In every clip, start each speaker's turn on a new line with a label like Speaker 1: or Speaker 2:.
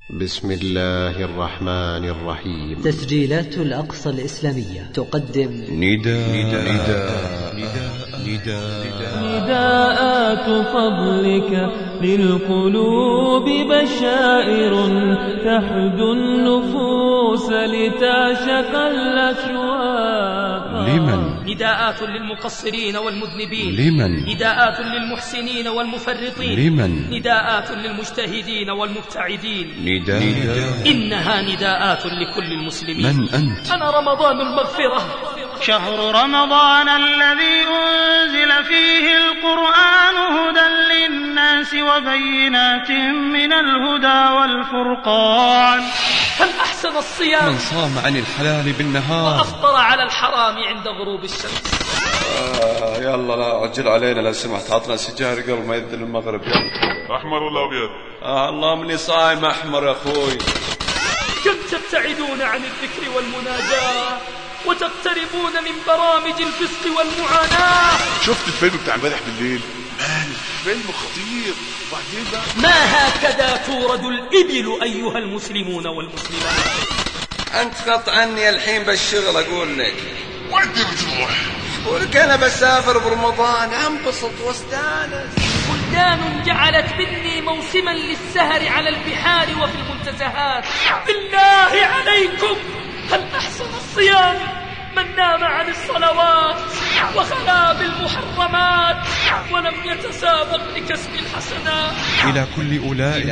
Speaker 1: بسم الله الرحمن الرحيم.
Speaker 2: تسجيلات الأقصى الإسلامية تقدم
Speaker 3: نداءات فضلك للقلوب بشائر تحدو النفوس لتعشق الأشواق.
Speaker 4: لمن؟
Speaker 5: نداءات للمقصرين والمذنبين.
Speaker 4: لمن؟
Speaker 5: نداءات للمحسنين والمفرطين.
Speaker 4: لمن؟
Speaker 5: نداءات للمجتهدين والمبتعدين.
Speaker 4: نداء.
Speaker 5: إنها نداءات لكل المسلمين.
Speaker 4: من أنت؟
Speaker 5: أنا رمضان المغفرة،
Speaker 6: شهر رمضان الذي أنزل فيه القرآن هدى للناس وبينات من الهدى والفرقان.
Speaker 5: هل أحسن الصيام
Speaker 4: من صام عن الحلال بالنهار
Speaker 5: وأفطر على الحرام عند غروب الشمس.
Speaker 7: يلا لا عجل علينا لو سمحت، عطنا سجارة قبل ما يذن المغرب. يلا
Speaker 8: أحمر ولا أبيض؟
Speaker 7: الله مني صايم أحمر يا أخوي.
Speaker 5: كم تبتعدون عن الذكر والمناجاة وتقتربون من برامج الفسق والمعاناة.
Speaker 8: شفت الفيلم بتاع امبارح بالليل؟ فيلم خطير. وبعدين بقى
Speaker 5: ما هكذا تورد الإبل أيها المسلمون والمسلمات.
Speaker 7: أنت قط عني الحين بالشغل أقول لك.
Speaker 8: وين بتروح؟
Speaker 7: أقولك أنا بسافر برمضان أنبسط واستانس.
Speaker 5: بلدان جعلت مني موسما للسهر على البحار وفي المنتزهات. بالله عليكم، هل أحسن الصيام من نام عن الصلوات وخلا بالمحرمات ولم يتسابق لكسب الحسنات؟
Speaker 4: إلى كل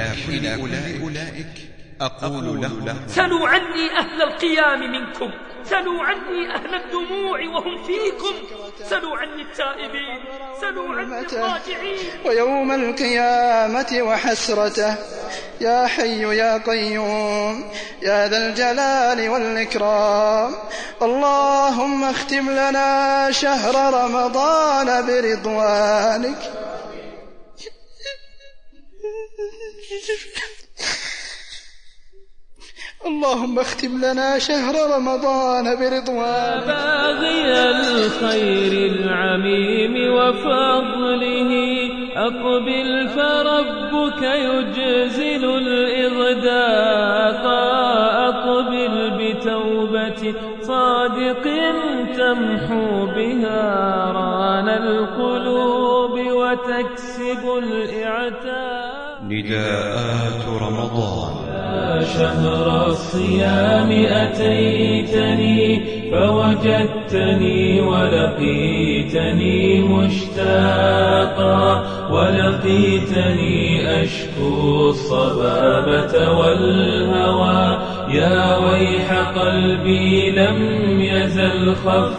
Speaker 4: أولئك أقول له
Speaker 5: سلوا عني أهل القيام منكم، سلوا عني أهل الدموع وهم فيكم، سلوا عني التائبين، سلوا عني الراجعين.
Speaker 6: ويوم القيامة وحسرته يا حي يا قيوم يا ذا الجلال والإكرام. اللهم اختم لنا شهر رمضان برضوانك. اللهم اختم لنا شهر رمضان برضوانك.
Speaker 3: باغي الخير العميم وفضله أقبل فربك يجزل الإغداق. أقبل بتوبة صادق تمحو بها ران القلوب وتكسب الإعتاب.
Speaker 4: نداءات رمضان.
Speaker 3: شهر الصيام أتيتني فوجدتني ولقيتني مشتاقا، ولقيتني أشكو الصبابة والهوى. يا ويح قلبي لم يزل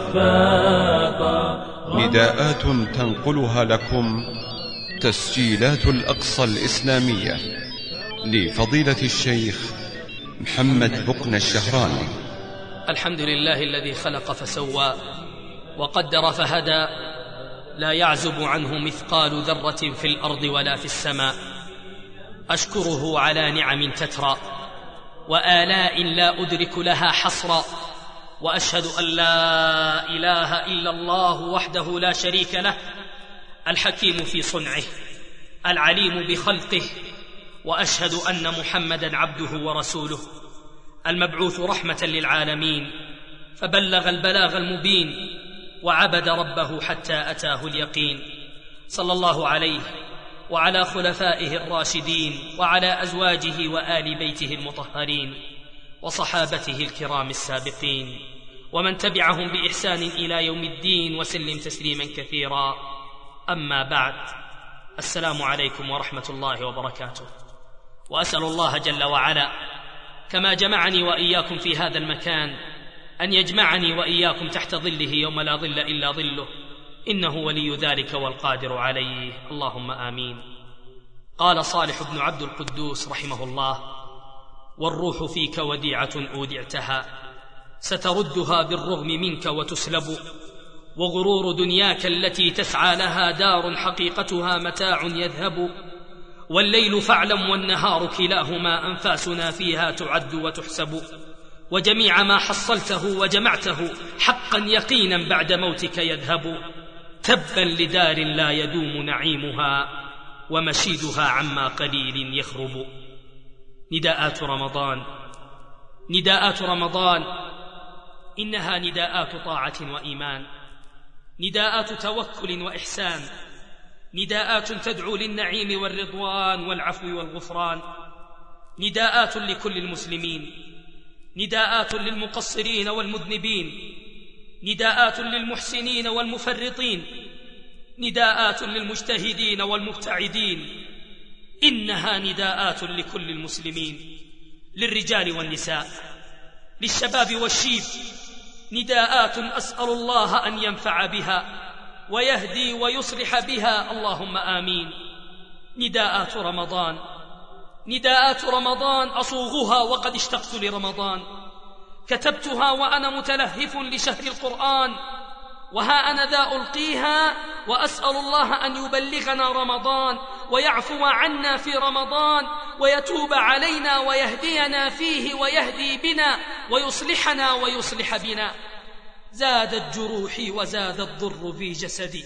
Speaker 3: خفاقا.
Speaker 4: نداءات تنقلها لكم تسجيلات الأقصى الإسلامية لفضيلة الشيخ محمد بقنا الشهراني.
Speaker 5: الحمد لله الذي خلق فسوى وقدر فهدى، لا يعزب عنه مثقال ذرة في الأرض ولا في السماء. أشكره على نعم تترى وآلاء لا أدرك لها حصرا، وأشهد أن لا إله إلا الله وحده لا شريك له، الحكيم في صنعه العليم بخلقه. وأشهد أن محمدًا عبده ورسوله المبعوث رحمة للعالمين، فبلغ البلاغ المبين وعبد ربه حتى أتاه اليقين. صلى الله عليه وعلى خلفائه الراشدين وعلى أزواجه وآل بيته المطهرين وصحابته الكرام السابقين ومن تبعهم بإحسان إلى يوم الدين، وسلم تسليما كثيرا. أما بعد، السلام عليكم ورحمة الله وبركاته. وأسأل الله جل وعلا كما جمعني وإياكم في هذا المكان أن يجمعني وإياكم تحت ظله يوم لا ظل إلا ظله، إنه ولي ذلك والقادر عليه، اللهم آمين. قال صالح بن عبد القدوس رحمه الله: والروح فيك وديعة أودعتها ستردها بالرغم منك وتسلب، وغرور دنياك التي تسعى لها دار حقيقتها متاع يذهب، والليل فاعلم والنهار كلاهما أنفاسنا فيها تعد وتحسب، وجميع ما حصلته وجمعته حقا يقينا بعد موتك يذهب، تبا لدار لا يدوم نعيمها ومشيدها عما قليل يخرب. نداءات رمضان، نداءات رمضان إنها نداءات طاعة وإيمان، نداءات توكل وإحسان، نداءات تدعو للنعيم والرضوان والعفو والغفران، نداءات لكل المسلمين، نداءات للمقصرين والمذنبين، نداءات للمحسنين والمفرطين، نداءات للمجتهدين والمبتعدين. إنها نداءات لكل المسلمين، للرجال والنساء، للشباب والشيب، نداءات أسأل الله أن ينفع بها ويهدي ويصلح بها، اللهم آمين. نداءات رمضان، نداءات رمضان أصوغها وقد اشتقت لرمضان، كتبتها وأنا متلهف لشهر القرآن، وها أنا ذا ألقيها وأسأل الله أن يبلغنا رمضان ويعفو عنا في رمضان ويتوب علينا ويهدينا فيه ويهدي بنا ويصلحنا ويصلح بنا. زادت جروحي وزاد الضر في جسدي،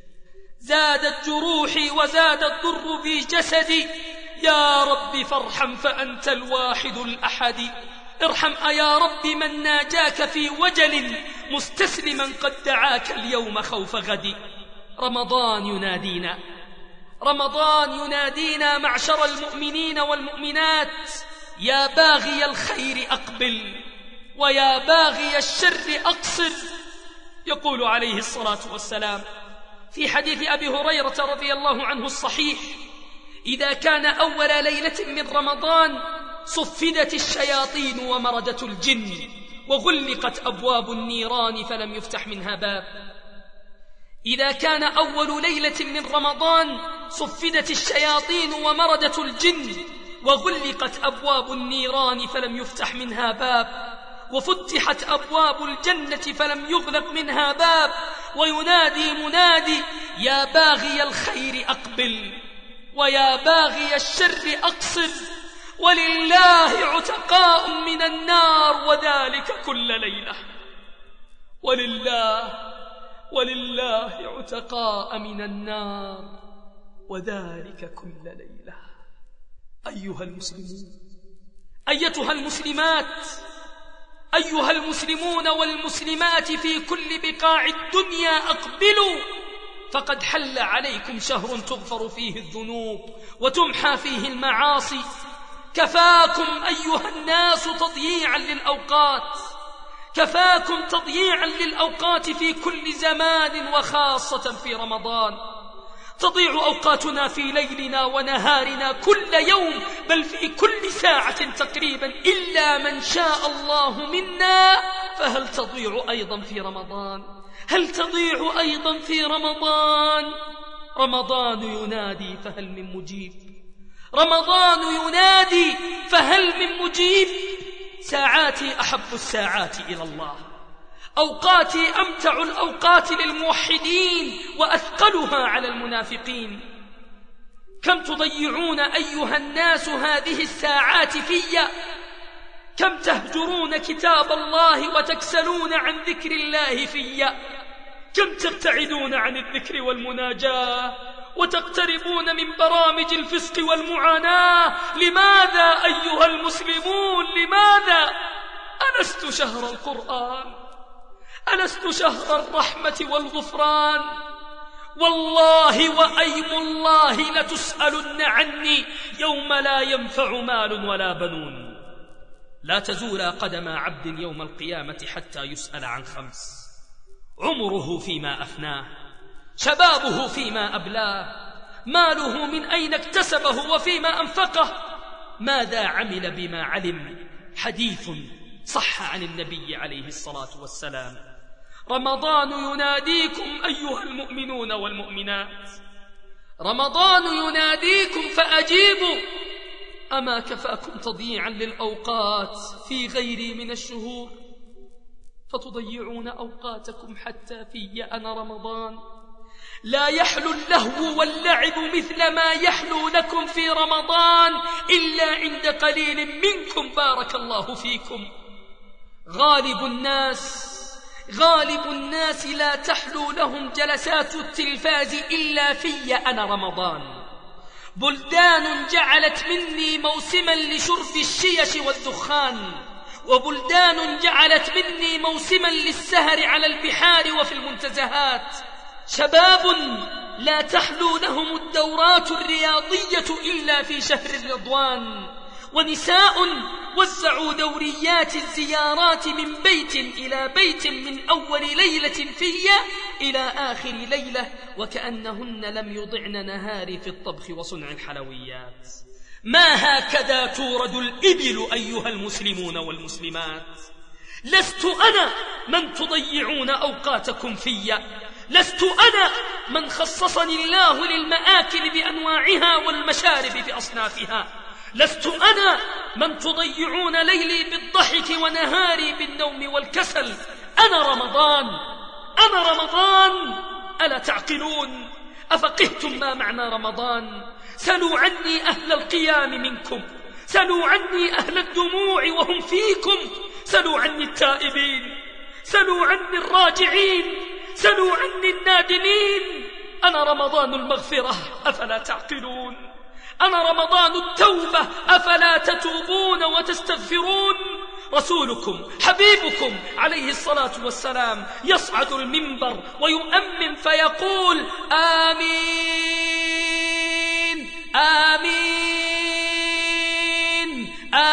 Speaker 5: زادت جروحي وزاد الضر في جسدي، يا رب فارحم فأنت الواحد الأحد. ارحم يا رب من ناجاك في وجل مستسلما قد دعاك اليوم خوف غد. رمضان ينادينا، رمضان ينادينا معشر المؤمنين والمؤمنات، يا باغي الخير أقبل ويا باغي الشر أقصر. يقول عليه الصلاة والسلام في حديث أبي هريرة رضي الله عنه الصحيح: إذا كان أول ليلة من رمضان صفدت الشياطين ومردت الجن وغلقت أبواب النيران فلم يفتح منها باب. إذا كان أول ليلة من رمضان صفدت الشياطين ومردت الجن وغلقت أبواب النيران فلم يفتح منها باب، وفتحت أبواب الجنة فلم يغلق منها باب، وينادي منادي: يا باغي الخير أقبل ويا باغي الشر أقصر. ولله عتقاء من النار وذلك كل ليلة. ولله عتقاء من النار وذلك كل ليلة. أيها المسلمون، أيتها المسلمات، أيها المسلمون والمسلمات في كل بقاع الدنيا، أقبلوا، فقد حل عليكم شهر تغفر فيه الذنوب وتمحى فيه المعاصي. كفاكم أيها الناس تضييعا للأوقات، كفاكم تضييعا للأوقات في كل زمان وخاصة في رمضان. تضيع أوقاتنا في ليلنا ونهارنا كل يوم، بل في كل ساعة تقريبا، إلا من شاء الله منا. فهل تضيع أيضا في رمضان؟ هل تضيع أيضا في رمضان؟ رمضان ينادي فهل من مجيب؟ رمضان ينادي فهل من مجيب؟ ساعاتي أحب الساعات إلى الله، أوقاتي أمتع الأوقات للموحدين وأثقلها على المنافقين. كم تضيعون أيها الناس هذه الساعات في؟ كم تهجرون كتاب الله وتكسلون عن ذكر الله في؟ كم تبتعدون عن الذكر والمناجاة وتقتربون من برامج الفسق والمعاناة؟ لماذا أيها المسلمون؟ لماذا؟ ألست شهر القرآن؟ ألست شهر الرحمة والغفران؟ والله وأيم الله لتسألن عني يوم لا ينفع مال ولا بنون. لا تزول قدم عبد يوم القيامة حتى يسأل عن 5: عمره فيما أفناه، شبابه فيما أبلاه، ماله من أين اكتسبه وفيما أنفقه، ماذا عمل بما علم. حديث صح عن النبي عليه الصلاة والسلام: رمضان يناديكم أيها المؤمنون والمؤمنات، رمضان يناديكم فأجيبوا. أما كفاكم تضييعا للأوقات في غيري من الشهور، فتضيعون أوقاتكم حتى في أنا رمضان. لا يحلو اللهو واللعب مثل ما يحلو لكم في رمضان إلا عند قليل منكم، بارك الله فيكم. غالب الناس لا تحلو لهم جلسات التلفاز إلا في أنا رمضان. بلدان جعلت مني موسما لشرب الشيش والدخان، وبلدان جعلت مني موسما للسهر على البحار وفي المنتزهات. شباب لا تحلو لهم الدورات الرياضية إلا في شهر الرضوان، ونساء وزعوا دوريات الزيارات من بيت إلى بيت من أول ليلة في إلى آخر ليلة، وكأنهن لم يضعن نهاري في الطبخ وصنع الحلويات. ما هكذا تورد الإبل أيها المسلمون والمسلمات. لست أنا من تضيعون أوقاتكم في، لست أنا من خصصني الله للمآكل بأنواعها والمشارب بأصنافها، لست أنا من تضيعون ليلي بالضحك ونهاري بالنوم والكسل. أنا رمضان، أنا رمضان. ألا تعقلون؟ أفقهتم ما معنى رمضان؟ سلوا عني أهل القيام منكم، سلوا عني أهل الدموع وهم فيكم، سلوا عني التائبين، سلوا عني الراجعين، سلوا عني النادمين. أنا رمضان المغفرة، أفلا تعقلون؟ أنا رمضان التوبة، أفلا تتوبون وتستغفرون؟ رسولكم حبيبكم عليه الصلاة والسلام يصعد المنبر ويؤمن فيقول آمين آمين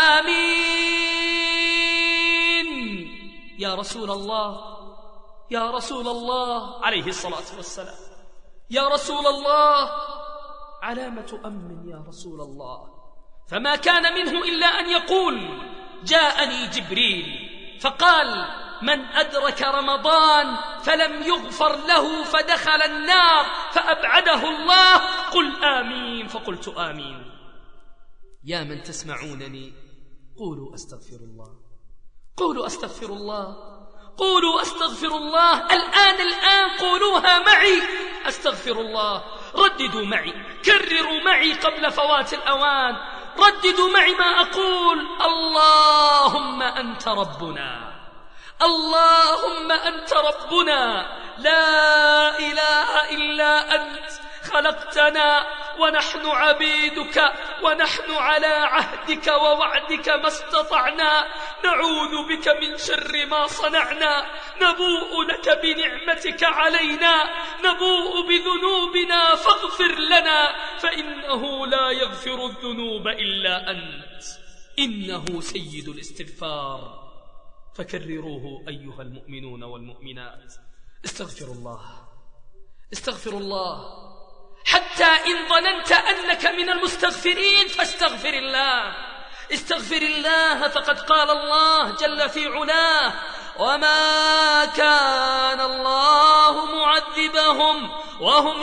Speaker 5: آمين. يا رسول الله، يا رسول الله عليه الصلاة والسلام، يا رسول الله على ما تؤمن يا رسول الله؟ فما كان منه إلا أن يقول جاءني جبريل فقال من أدرك رمضان فلم يغفر له فدخل النار فأبعده الله، قل آمين. فقلت آمين. يا من تسمعونني قولوا أستغفر الله، قولوا أستغفر الله، قولوا أستغفر الله. الآن قولوها معي، أستغفر الله. رددوا معي، كرروا معي قبل فوات الأوان، رددوا معي ما أقول. اللهم أنت ربنا، اللهم أنت ربنا، لا إله إلا أنت، خلقتنا ونحن عبيدك، ونحن على عهدك ووعدك ما استطعنا، نعوذ بك من شر ما صنعنا، نبوء لك بنعمتك علينا، نبوء بذنوبنا فاغفر لنا، فإنه لا يغفر الذنوب إلا أنت، إنه سيد الاستغفار. فكرروه أيها المؤمنون والمؤمنات. استغفر الله، استغفر الله، حتى إن ظننت أنك من المستغفرين فاستغفر الله، استغفر الله. فقد قال الله جل في علاه وما كان الله معذبهم وهم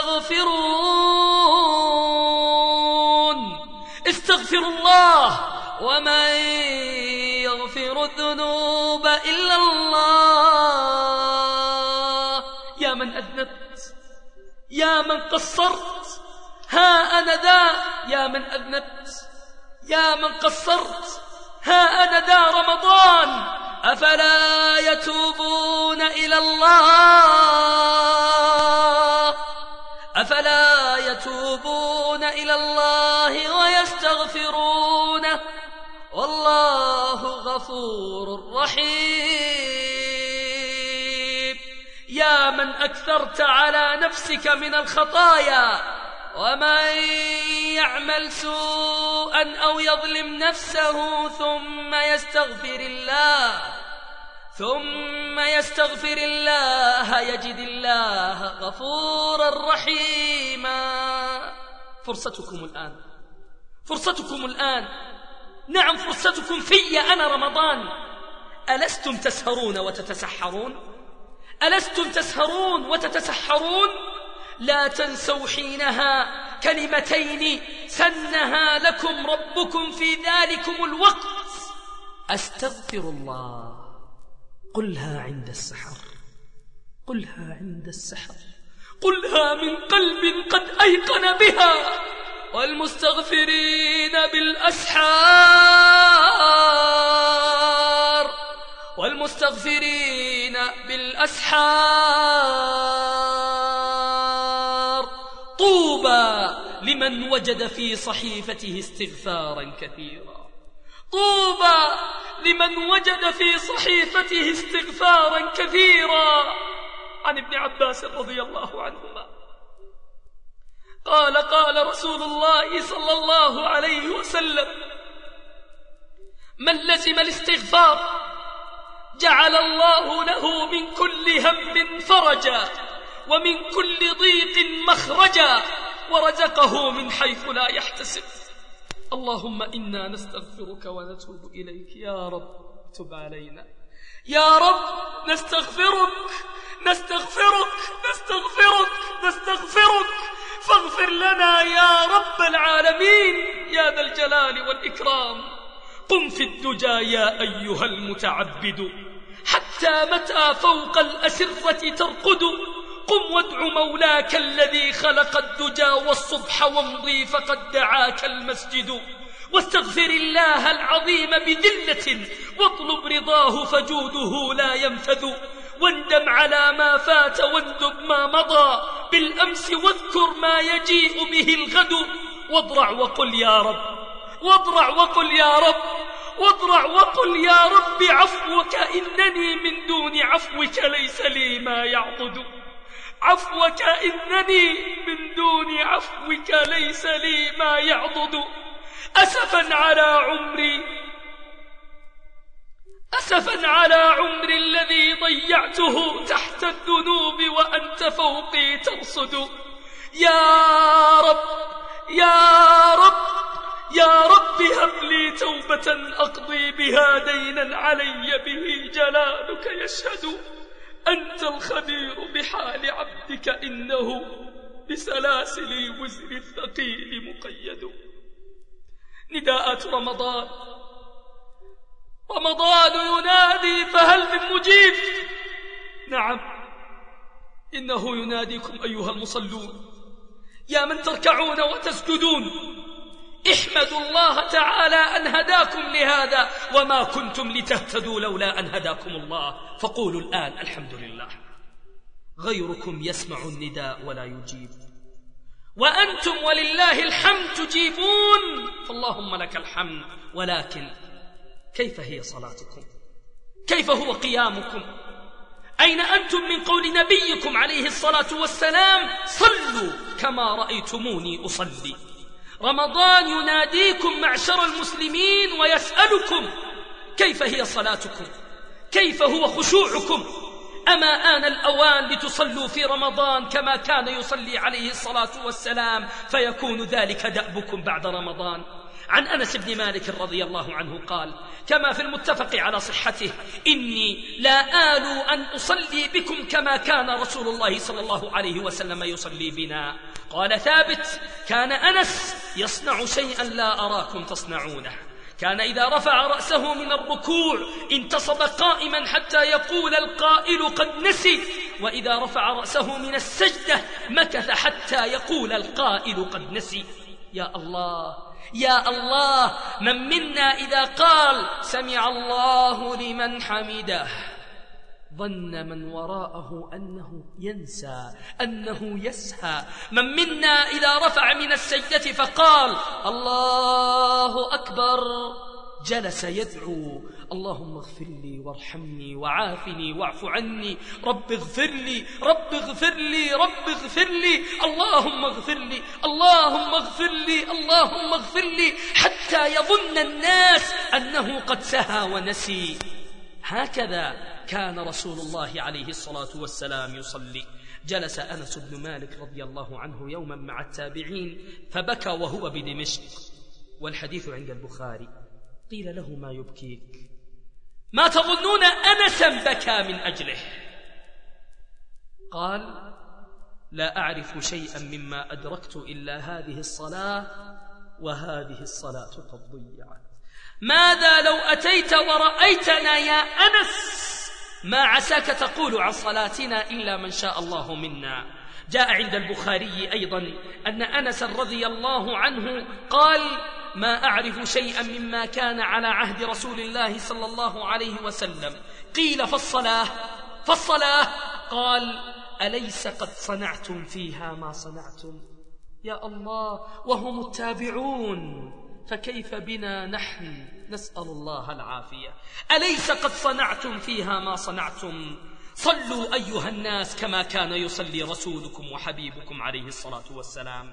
Speaker 5: يستغفرون. استغفر الله، ومن يغفر الذنوب إلا الله. يا من أذنبت، يا من قصرت، ها أنا ذا. يا من أذنبت، يا من قصرت، ها أنا ذا رمضان. أفلا يتوبون إلى الله، أفلا يتوبون إلى الله ويستغفرونه، والله غفور رحيم. يا من أكثرت على نفسك من الخطايا، ومن يعمل سوءا أو يظلم نفسه ثم يستغفر الله يجد الله غفورا رحيما. فرصتكم الآن، فرصتكم الآن، نعم فرصتكم في أنا رمضان. ألستم تسهرون وتتسحرون؟ ألستم تسهرون وتتسحرون؟ لا تنسوا حينها كلمتين سنها لكم ربكم في ذلكم الوقت. أستغفر الله، قلها عند السحر، قلها عند السحر، قلها من قلب قد أيقن بها. والمستغفرين بالأسحار، والمستغفرين بالأسحار. طوبى لمن لمن وجد في صحيفته استغفارا كثيرا. طوبى لمن وجد في صحيفته استغفارا كثيرا. عن ابن عباس رضي الله عنهما قال قال رسول الله صلى الله عليه وسلم: من لزم الاستغفار جعل الله له من كل هم فرجا ومن كل ضيق مخرجا ورزقه من حيث لا يحتسب. اللهم إنا نستغفرك ونتوب إليك يا رب، تب علينا يا رب، نستغفرك نستغفرك نستغفرك نستغفرك، فاغفر لنا يا رب العالمين يا ذا الجلال والإكرام. قم في الدجى يا أيها المتعبد، حتى متى فوق الأسرة ترقد؟ قم وادع مولاك الذي خلق الدجى والصبح وامضي فقد دعاك المسجد. واستغفر الله العظيم بذلة واطلب رضاه فجوده لا ينفذ. واندم على ما فات واندب ما مضى بالأمس واذكر ما يجيء به الغد. واضرع وقل يا رب، واضرع وقل يا رب، واضرع وقل يا رب عفوك إنني من دون عفوك ليس لي ما يعضد. عفوك إنني من دون عفوك ليس لي ما يعضد. أسفا على عمري، أسفا على عمري الذي ضيعته تحت الذنوب وأنت فوقي ترصد. يا رب يا رب يا رب هب لي توبة أقضي بها دينا علي به جلالك يشهد. أنت الخبير بحال عبدك إنه بسلاسل وزر الثقيل مقيد. نداءات رمضان، رمضان ينادي فهل من مجيب؟ نعم إنه يناديكم أيها المصلون يا من تركعون وتسجدون. احمدوا الله تعالى أن هداكم لهذا، وما كنتم لتهتدوا لولا أن هداكم الله. فقولوا الآن الحمد لله. غيركم يسمع النداء ولا يجيب، وأنتم ولله الحمد تجيبون، فاللهم لك الحمد. ولكن كيف هي صلاتكم؟ كيف هو قيامكم؟ أين أنتم من قول نبيكم عليه الصلاة والسلام: صلوا كما رأيتموني أصلي؟ رمضان يناديكم معشر المسلمين ويسألكم كيف هي صلاتكم؟ كيف هو خشوعكم؟ أما آن الأوان لتصلوا في رمضان كما كان يصلي عليه الصلاة والسلام، فيكون ذلك دأبكم بعد رمضان. عن أنس بن مالك رضي الله عنه قال كما في المتفق على صحته: إني لا آل أن أصلي بكم كما كان رسول الله صلى الله عليه وسلم يصلي بنا. قال ثابت: كان أنس يصنع شيئا لا أراكم تصنعونه. كان إذا رفع رأسه من الركوع انتصب قائما حتى يقول القائل قد نسي، وإذا رفع رأسه من السجدة مكث حتى يقول القائل قد نسي. يا الله يا الله، من منا إذا قال سمع الله لمن حمده ظن من وراءه أنه ينسى، أنه يسهى. من منا إذا رفع من السجدة فقال الله أكبر جلس يدعو: اللهم اغفر لي وارحمني وعافني واعف عني، رب اغفر لي رب اغفر لي رب اغفر لي، اللهم اغفر لي اللهم اغفر لي اللهم اغفر لي، حتى يظن الناس أنه قد سهى ونسي. هكذا كان رسول الله عليه الصلاة والسلام يصلي. جلس أنس بن مالك رضي الله عنه يوما مع التابعين فبكى وهو بدمشق، والحديث عند البخاري. قيل له: ما يبكيك؟ ما تظنون أنسا بكى من أجله؟ قال: لا أعرف شيئا مما أدركت إلا هذه الصلاة، وهذه الصلاة قد ضيعت. ماذا لو أتيت ورأيتنا يا أنس؟ ما عساك تقول عن صلاتنا إلا من شاء الله منا. جاء عند البخاري أيضا أن أنس رضي الله عنه قال: ما أعرف شيئا مما كان على عهد رسول الله صلى الله عليه وسلم. قيل: فالصلاة؟ قال: أليس قد صنعتم فيها ما صنعتم؟ يا الله، وهم التابعون، فكيف بنا نحن؟ نسأل الله العافية. أليس قد صنعتم فيها ما صنعتم؟ صلوا أيها الناس كما كان يصلي رسولكم وحبيبكم عليه الصلاة والسلام.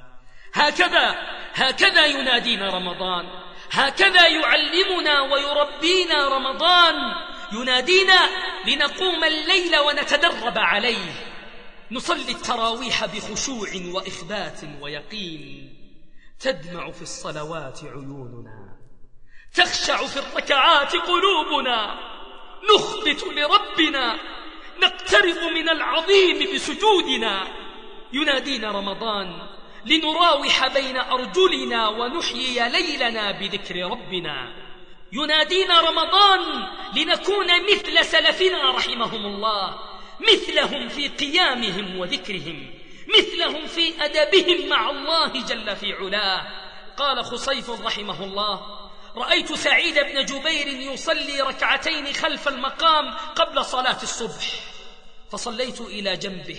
Speaker 5: هكذا ينادينا رمضان، هكذا يعلمنا ويربينا رمضان، ينادينا لنقوم الليل ونتدرب عليه، نصلي التراويح بخشوع وإخبات ويقين، تدمع في الصلوات عيوننا، تخشع في الركعات قلوبنا، نخبت لربنا، نقترب من العظيم بسجودنا. ينادينا رمضان لنراوح بين أرجلنا ونحيي ليلنا بذكر ربنا. ينادينا رمضان لنكون مثل سلفنا رحمهم الله، مثلهم في قيامهم وذكرهم، مثلهم في أدبهم مع الله جل في علاه. قال خصيف رحمه الله: رأيت سعيد بن جبير يصلي ركعتين خلف المقام قبل صلاة الصبح، فصليت إلى جنبه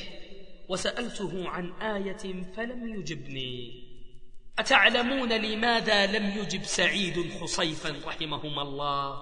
Speaker 5: وسألته عن آية فلم يجبني. أتعلمون لماذا لم يجب سعيد خصيفا رحمهما الله؟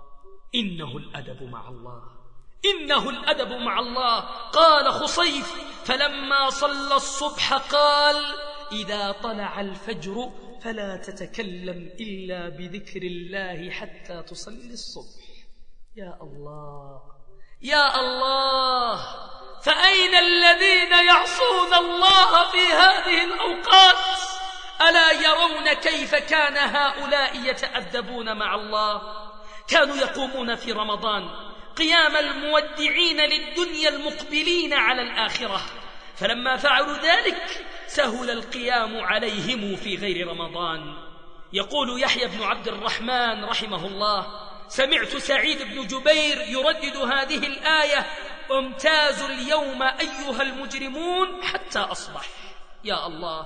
Speaker 5: إنه الأدب مع الله، إنه الأدب مع الله. قال خصيف: فلما صلى الصبح قال: إذا طلع الفجر فلا تتكلم إلا بذكر الله حتى تصلي الصبح. يا الله يا الله، فأين الذين يعصون الله في هذه الأوقات؟ ألا يرون كيف كان هؤلاء يتأدبون مع الله؟ كانوا يقومون في رمضان قيام المودعين للدنيا المقبلين على الآخرة، فلما فعلوا ذلك سهل القيام عليهم في غير رمضان. يقول يحيى بن عبد الرحمن رحمه الله: سمعت سعيد بن جبير يردد هذه الآية: وامتازوا اليوم أيها المجرمون حتى أصبح. يا الله،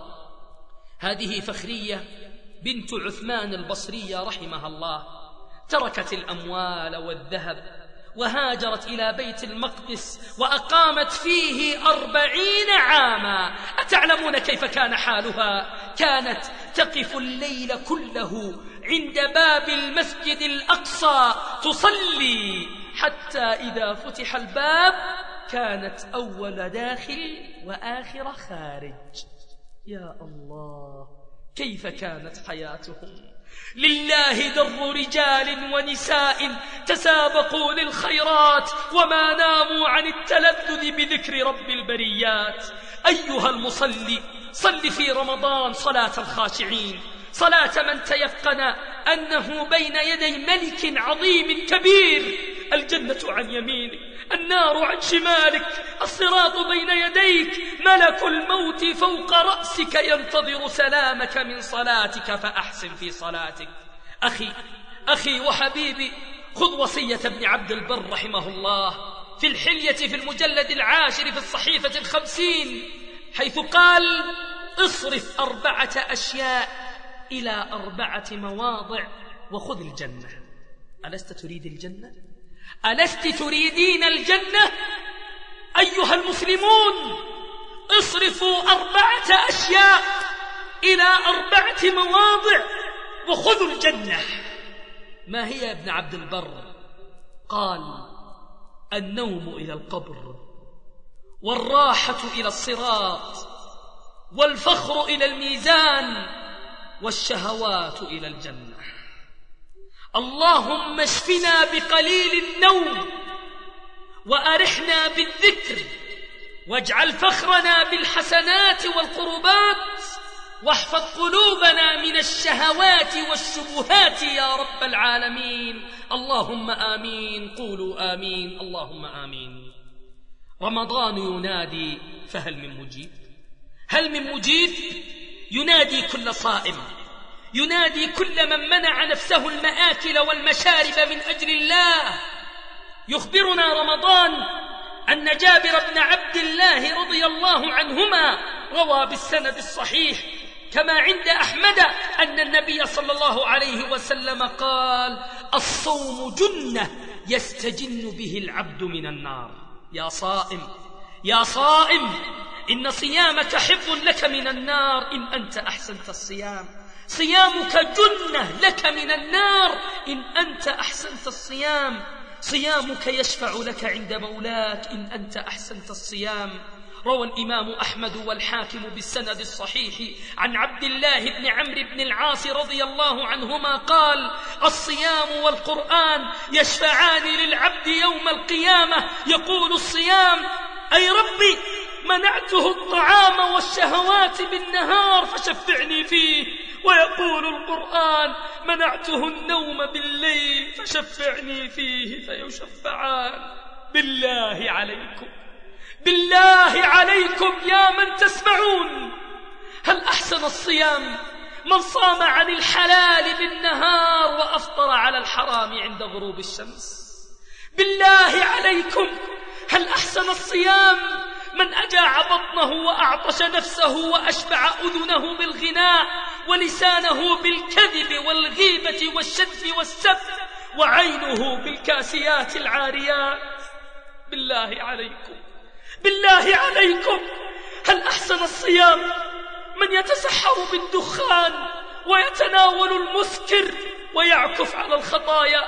Speaker 5: هذه فخرية بنت عثمان البصرية رحمها الله، تركت الأموال والذهب وهاجرت إلى بيت المقدس وأقامت فيه 40 عاما. أتعلمون كيف كان حالها؟ كانت تقف الليل كله عند باب المسجد الأقصى تصلي، حتى إذا فتح الباب كانت أول داخل وآخر خارج. يا الله، كيف كانت حياتهم! لله در رجال ونساء تسابقوا للخيرات وما ناموا عن التلذذ بذكر رب البريات. أيها المصلي، صل في رمضان صلاة الخاشعين، صلاة من تيقن أنه بين يدي ملك عظيم كبير، الجنة عن يمينك، النار عن شمالك، الصراط بين يديك، ملك الموت فوق رأسك ينتظر سلامك من صلاتك، فأحسن في صلاتك. أخي وحبيبي، خذ وصية ابن عبد البر رحمه الله في الحلية في المجلد 10 في الصحيفة 50، حيث قال: اصرف 4 أشياء إلى 4 مواضع وخذ الجنة. ألست تريد الجنة؟ ألست تريدين الجنة؟ أيها المسلمون، اصرفوا 4 أشياء إلى 4 مواضع وخذوا الجنة. ما هي يا ابن عبد البر؟ قال: النوم إلى القبر، والراحة إلى الصراط، والفخر إلى الميزان، والشهوات إلى الجنة. اللهم اشفنا بقليل النوم، وأرحنا بالذكر، واجعل فخرنا بالحسنات والقربات، واحفظ قلوبنا من الشهوات والشبهات يا رب العالمين. اللهم آمين. قولوا آمين. اللهم آمين. رمضان ينادي، فهل من مجيب؟ هل من مجيب؟ ينادي كل صائم، ينادي كل من منع نفسه المآكل والمشارب من أجل الله. يخبرنا رمضان أن جابر بن عبد الله رضي الله عنهما روى بالسند الصحيح كما عند أحمد أن النبي صلى الله عليه وسلم قال: الصوم جنة يستجن به العبد من النار. يا صائم، يا صائم، إن صيامك حفظ لك من النار إن أنت أحسنت الصيام. صيامك جنة لك من النار إن أنت أحسنت الصيام. صيامك يشفع لك عند مولاك إن أنت أحسنت الصيام. روى الإمام أحمد والحاكم بالسند الصحيح عن عبد الله بن عمرو بن العاص رضي الله عنهما قال: الصيام والقرآن يشفعان للعبد يوم القيامة. يقول الصيام: أي ربي منعته الطعام والشهوات بالنهار فشفعني فيه. ويقول القرآن: منعته النوم بالليل فشفعني فيه. فيشفعان. بالله عليكم، بالله عليكم يا من تسمعون، هل أحسن الصيام من صام عن الحلال بالنهار وأفطر على الحرام عند غروب الشمس؟ بالله عليكم، هل أحسن الصيام من أجاع بطنه وأعطش نفسه وأشبع أذنه بالغناء ولسانه بالكذب والغيبة والشتم والسب وعينه بالكاسيات العاريات؟ بالله عليكم، بالله عليكم، هل أحسن الصيام من يتسحر بالدخان ويتناول المسكر ويعكف على الخطايا؟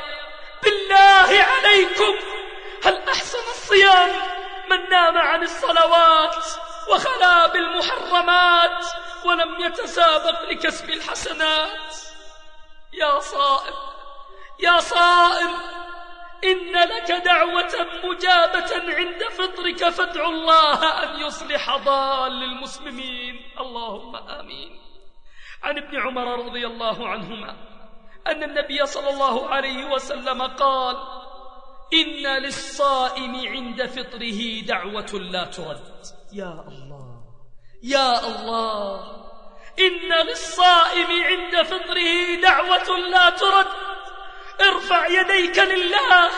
Speaker 5: بالله عليكم، هل أحسن الصيام من نام عن الصلوات وخلا بالمحرمات ولم يتسابق لكسب الحسنات؟ يا صائم، يا صائم، إن لك دعوة مجابة عند فطرك، فادع الله أن يصلح ضال المسلمين. اللهم آمين. عن ابن عمر رضي الله عنهما أن النبي صلى الله عليه وسلم قال: إن للصائم عند فطره دعوة لا ترد. يا الله، يا الله، إن للصائم عند فطره دعوة لا ترد. ارفع يديك لله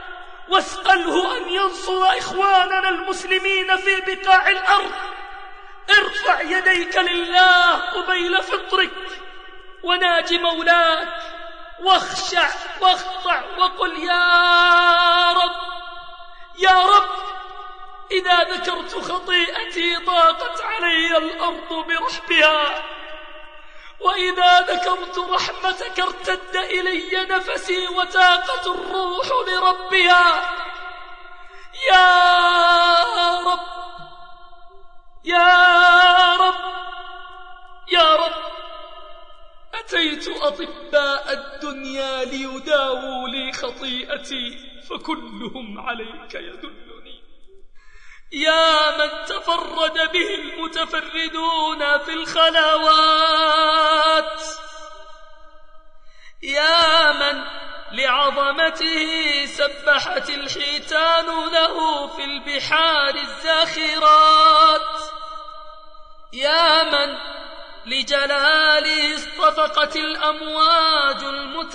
Speaker 5: واسأله أن ينصر إخواننا المسلمين في بقاع الأرض. ارفع يديك لله قبيل فطرك وناجي مولاك واخشع واخضع وقل: يا رب، يا رب، إذا ذكرت خطيئتي ضاقت علي الأرض برحبها، وإذا ذكرت رحمتك ارتد إلي نفسي وتاقت الروح لربها. يا رب، يا رب، يا رب، أتيت أطباء الدنيا ليداووا لي خطيئتي فكلهم عليك يدلني. يا من تفرد به المتفردون في الخلوات، يا من لعظمته سبحت الحيتان له في البحار الزاخرات، يا من لجلاله اصطفقت الأمواج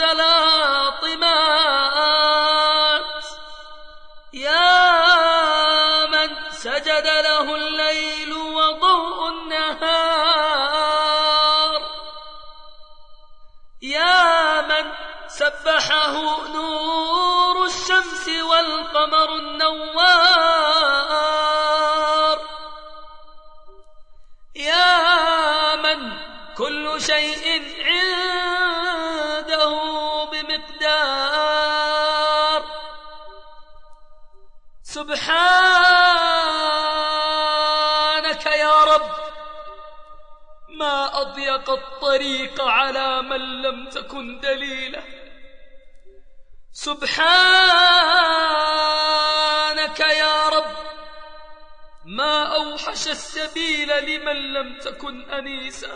Speaker 5: المتلاطمات، يا من سجد له الليل وضوء النهار، يا من سبحه نور الشمس والقمر النوار، يا من كل شيء عنده بمقدار. سبحانك يا رب، ما أضيق الطريق على من لم تكن دليله. سبحانك يا رب، ما أوحش السبيل لمن لم تكن أنيسا.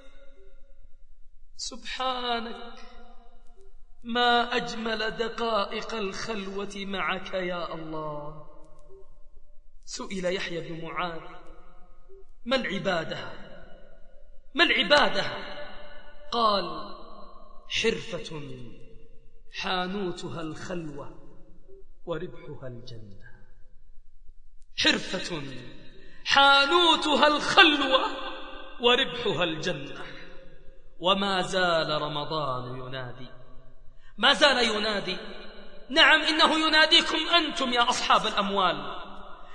Speaker 5: سبحانك، ما أجمل دقائق الخلوة معك يا الله. سئل يحيى بن معاذ: ما العبادة؟ ما العبادة؟ قال: حرفة حانوتها الخلوة وربحها الجنة. حرفة حانوتها الخلوة وربحها الجنة. وما زال رمضان ينادي، ما زال ينادي. نعم، إنه يناديكم أنتم يا أصحاب الأموال،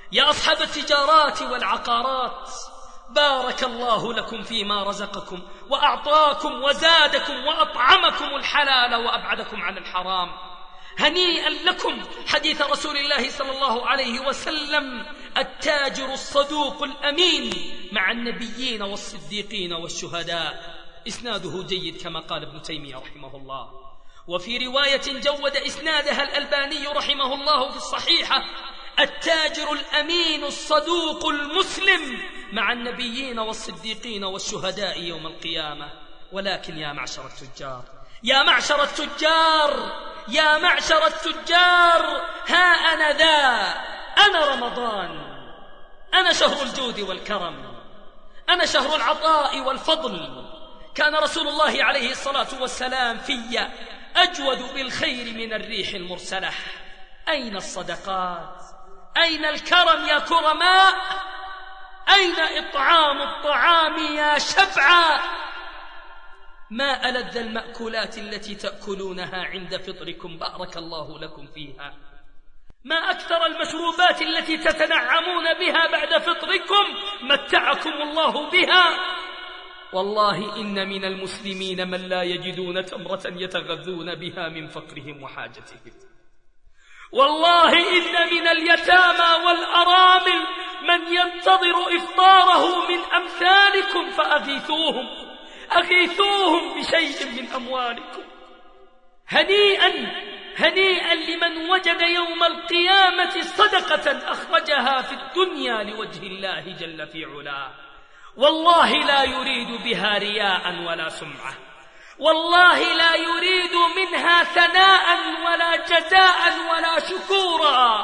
Speaker 5: يا أصحاب التجارات والعقارات، بارك الله لكم فيما رزقكم وأعطاكم وزادكم وأطعمكم الحلال وأبعدكم عن الحرام. هنيئا لكم حديث رسول الله صلى الله عليه وسلم: التاجر الصدوق الأمين مع النبيين والصديقين والشهداء. إسناده جيد كما قال ابن تيمية رحمه الله. وفي رواية جود إسنادها الألباني رحمه الله في الصحيحة: التاجر الأمين الصدوق المسلم مع النبيين والصديقين والشهداء يوم القيامة. ولكن يا معشر التجار، يا معشر التجار، يا معشر التجار، ها أنا ذا، أنا رمضان، أنا شهر الجود والكرم، أنا شهر العطاء والفضل. كان رسول الله عليه الصلاة والسلام في أجود بالخير من الريح المرسلة. أين الصدقات؟ أين الكرم يا كرماء؟ أين إطعام الطعام يا شبعا؟ ما ألذ المأكولات التي تأكلونها عند فطركم، بارك الله لكم فيها. ما أكثر المشروبات التي تتنعمون بها بعد فطركم، متعكم الله بها. والله إن من المسلمين من لا يجدون تمرة يتغذون بها من فقرهم وحاجتهم. والله إن من اليتامى والأرامل من ينتظر إفطاره من أمثالكم، فأغيثوهم، أغيثوهم بشيء من أموالكم. هنيئا هنيئا لمن وجد يوم القيامة صدقة أخرجها في الدنيا لوجه الله جل في علاه. والله لا يريد بها رياء ولا سمعة، والله لا يريد منها ثناء ولا جزاء ولا شكورا.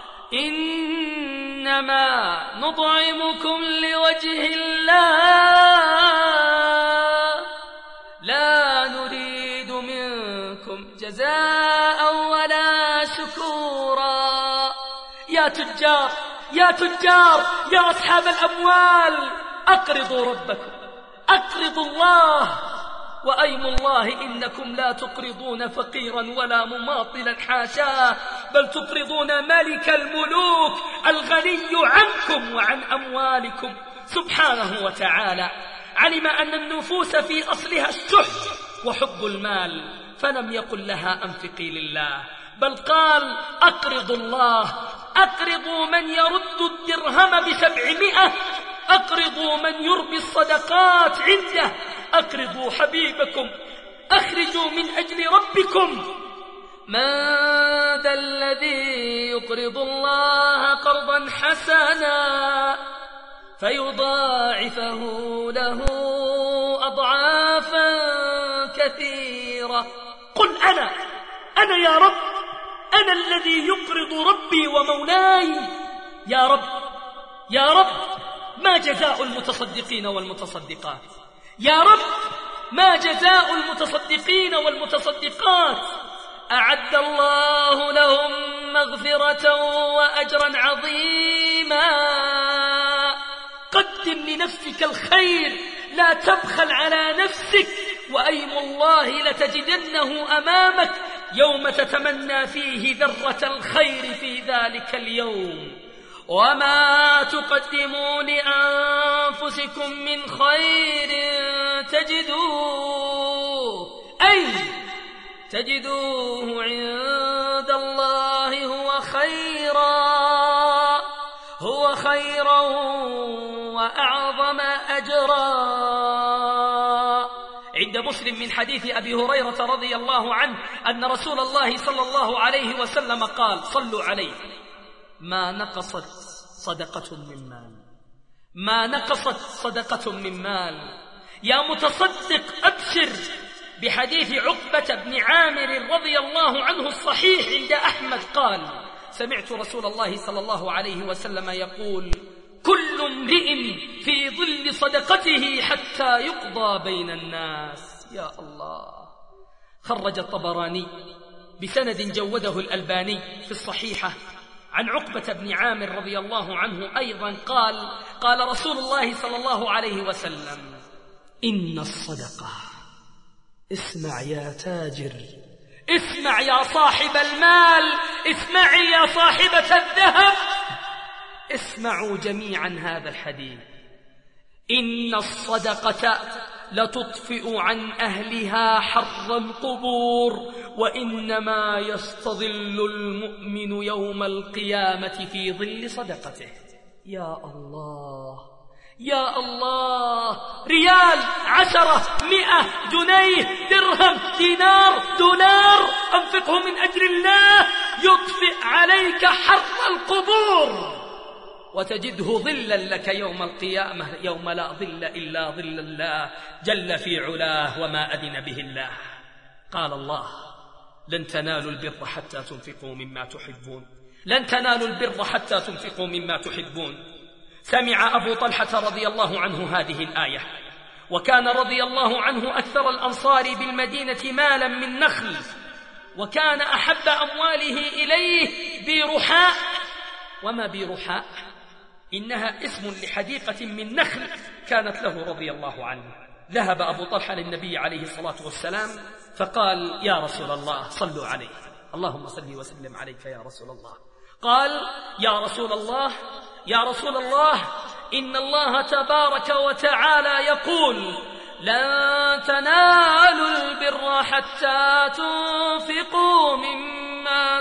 Speaker 5: إنما نطعمكم لوجه الله لا نريد منكم جزاء ولا شكورا. يا تجار، يا تجار، يا أصحاب الأموال، أقرضوا ربكم، أقرضوا الله. وأيم الله إنكم لا تقرضون فقيرا ولا مماطلا، حاشاه، بل تقرضون ملك الملوك الغني عنكم وعن أموالكم سبحانه وتعالى. علم أن النفوس في أصلها الشح وحب المال، فلم يقل لها أنفقي لله، بل قال أقرضوا الله. أقرضوا من يرد الدرهم ب700، أقرضوا من يربي الصدقات عنده، أقرضوا حبيبكم، أخرجوا من أجل ربكم. من ذا الذي يقرض الله قرضا حسنا فيضاعفه له أضعافا كثيرة. قل أنا يا رب، أنا الذي يقرض ربي ومولاي. يا رب، يا رب، ما جزاء المتصدقين والمتصدقات؟ يا رب، ما جزاء المتصدقين والمتصدقات؟ أعد الله لهم مغفرة وأجرا عظيما. قدم لنفسك الخير، لا تبخل على نفسك، وأيم الله لتجدنه أمامك يوم تتمنى فيه ذرة الخير في ذلك اليوم. وما تقدموا لأنفسكم من خير تجدوه عند الله هو خيرا وأعظم أجرا. عند مسلم من حديث أبي هريرة رضي الله عنه أن رسول الله صلى الله عليه وسلم قال: صلوا عليه، ما نقصت صدقة من مال، ما نقصت صدقة من مال. يا متصدق أبشر بحديث عقبة بن عامر رضي الله عنه الصحيح عند أحمد قال: سمعت رسول الله صلى الله عليه وسلم يقول: كل امرئ في ظل صدقته حتى يقضى بين الناس. يا الله. خرج الطبراني بسند جوده الألباني في الصحيحة عن عقبة بن عامر رضي الله عنه أيضا قال رسول الله صلى الله عليه وسلم: إن الصدقة، اسمع يا تاجر، اسمع يا صاحب المال، اسمعي يا صاحبة الذهب، اسمعوا جميعا هذا الحديث: إن الصدقة لتطفئ عن أهلها حر القبور، وإنما يستظل المؤمن يوم القيامة في ظل صدقته. يا الله يا الله، ريال، 10، 100، جنيه، درهم، دينار، دولار، أنفقه من أجل الله يطفئ عليك حر القبور، وتجده ظلا لك يوم القيامة، يوم لا ظل إلا ظل الله جل في علاه وما أذن به الله. قال الله: لن تنالوا البر حتى تنفقوا مما تحبون، لن تنالوا البر حتى تنفقوا مما تحبون. سمع أبو طلحة رضي الله عنه هذه الآية، وكان رضي الله عنه أكثر الأنصار بالمدينة مالا من نخل، وكان أحب أمواله إليه بيرحاء. وما بيرحاء؟ إنها اسم لحديقة من نخل كانت له رضي الله عنه. ذهب أبو طلحة للنبي عليه الصلاة والسلام فقال: يا رسول الله صلوا عليه، اللهم صل وسلم عليك يا رسول الله. قال: يا رسول الله يا رسول الله، إن الله تبارك وتعالى يقول: لن تنالوا البر حتى تنفقوا مما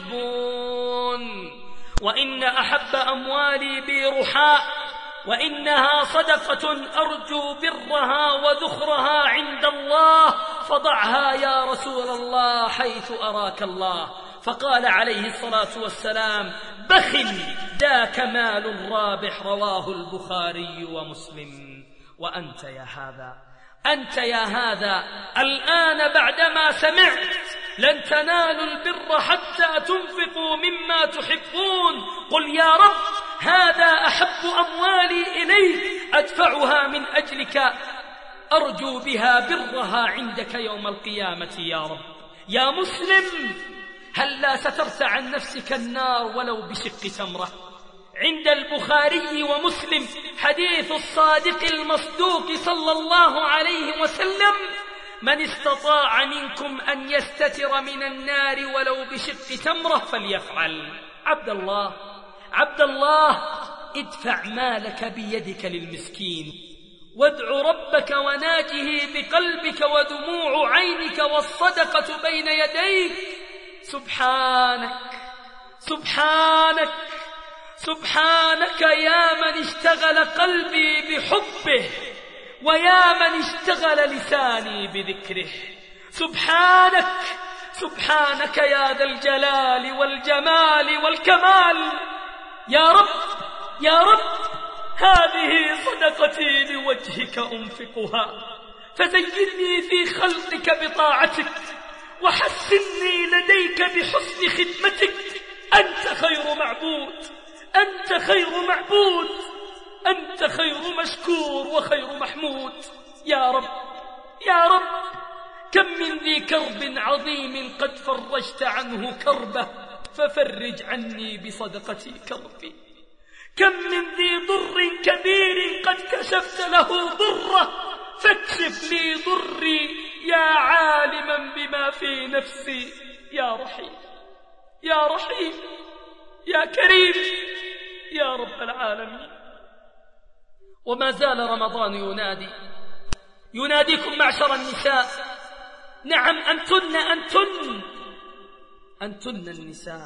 Speaker 5: تحبون، وإن أحب أموالي بيرحاء، وإنها صدقة أرجو برها وذخرها عند الله، فضعها يا رسول الله حيث أراك الله. فقال عليه الصلاة والسلام: بخل، ذاك مال رابح، رواه البخاري ومسلم. وأنت يا هذا، أنت يا هذا الآن بعدما سمعت لن تنالوا البر حتى تنفقوا مما تحبون، قل: يا رب، هذا أحب أموالي إليك، أدفعها من أجلك، أرجو بها برها عندك يوم القيامة يا رب. يا مسلم، هل لا سترت عن نفسك النار ولو بشق تمرة؟ عند البخاري ومسلم حديث الصادق المصدوق صلى الله عليه وسلم: من استطاع منكم أن يستتر من النار ولو بشق تمرة فليفعل. عبد الله، ادفع مالك بيدك للمسكين، وادع ربك وناجه بقلبك ودموع عينك والصدقة بين يديك. سبحانك سبحانك سبحانك يا من اشتغل قلبي بحبه، ويا من اشتغل لساني بذكره. سبحانك يا ذا الجلال والجمال والكمال. يا رب، هذه صدقتي لوجهك أنفقها، فزيني في خلقك بطاعتك، وحسني لديك بحسن خدمتك. أنت خير معبود، أنت خير معبود، أنت خير مشكور وخير محمود. يا رب، كم من ذي كرب عظيم قد فرجت عنه كربه، ففرج عني بصدقتي كربي. كم من ذي ضر كبير قد كشفت له ضره، فاكشف لي ضري يا عالما بما في نفسي. يا رحيم يا كريم يا رب العالمين. وما زال رمضان يناديكم معشر النساء. نعم، أنتن النساء.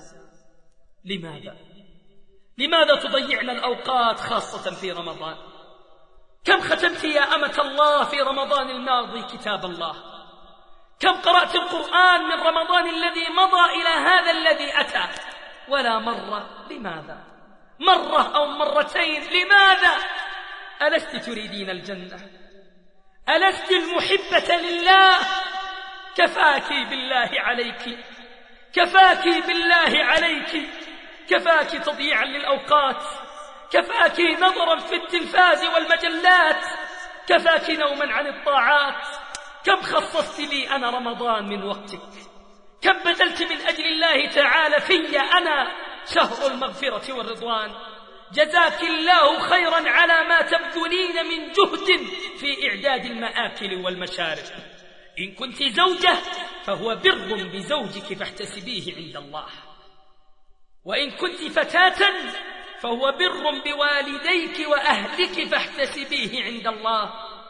Speaker 5: لماذا تضيعن الأوقات خاصة في رمضان؟ كم ختمت يا أمة الله في رمضان الماضي كتاب الله؟ كم قرأت القرآن من رمضان الذي مضى إلى هذا الذي أتى؟ ولا مرة. لماذا؟ مرة أو مرتين. لماذا؟ ألست تريدين الجنة؟ ألست المحبة لله؟ كفاكي بالله عليك، كفاكي تضييعا للأوقات، كفاكي نظرا في التلفاز والمجلات، كفاكي نوما عن الطاعات. كم خصصت لي أنا رمضان من وقتك؟ كم بذلت من أجل الله تعالى في أنا شهر المغفرة والرضوان؟ جزاك الله خيرا على ما تبذلين من جهد في إعداد المآكل والمشارب. إن كنت زوجة فهو بر بزوجك فاحتسبيه عند الله، وإن كنت فتاة فهو بر بوالديك وأهلك فاحتسبيه عند الله.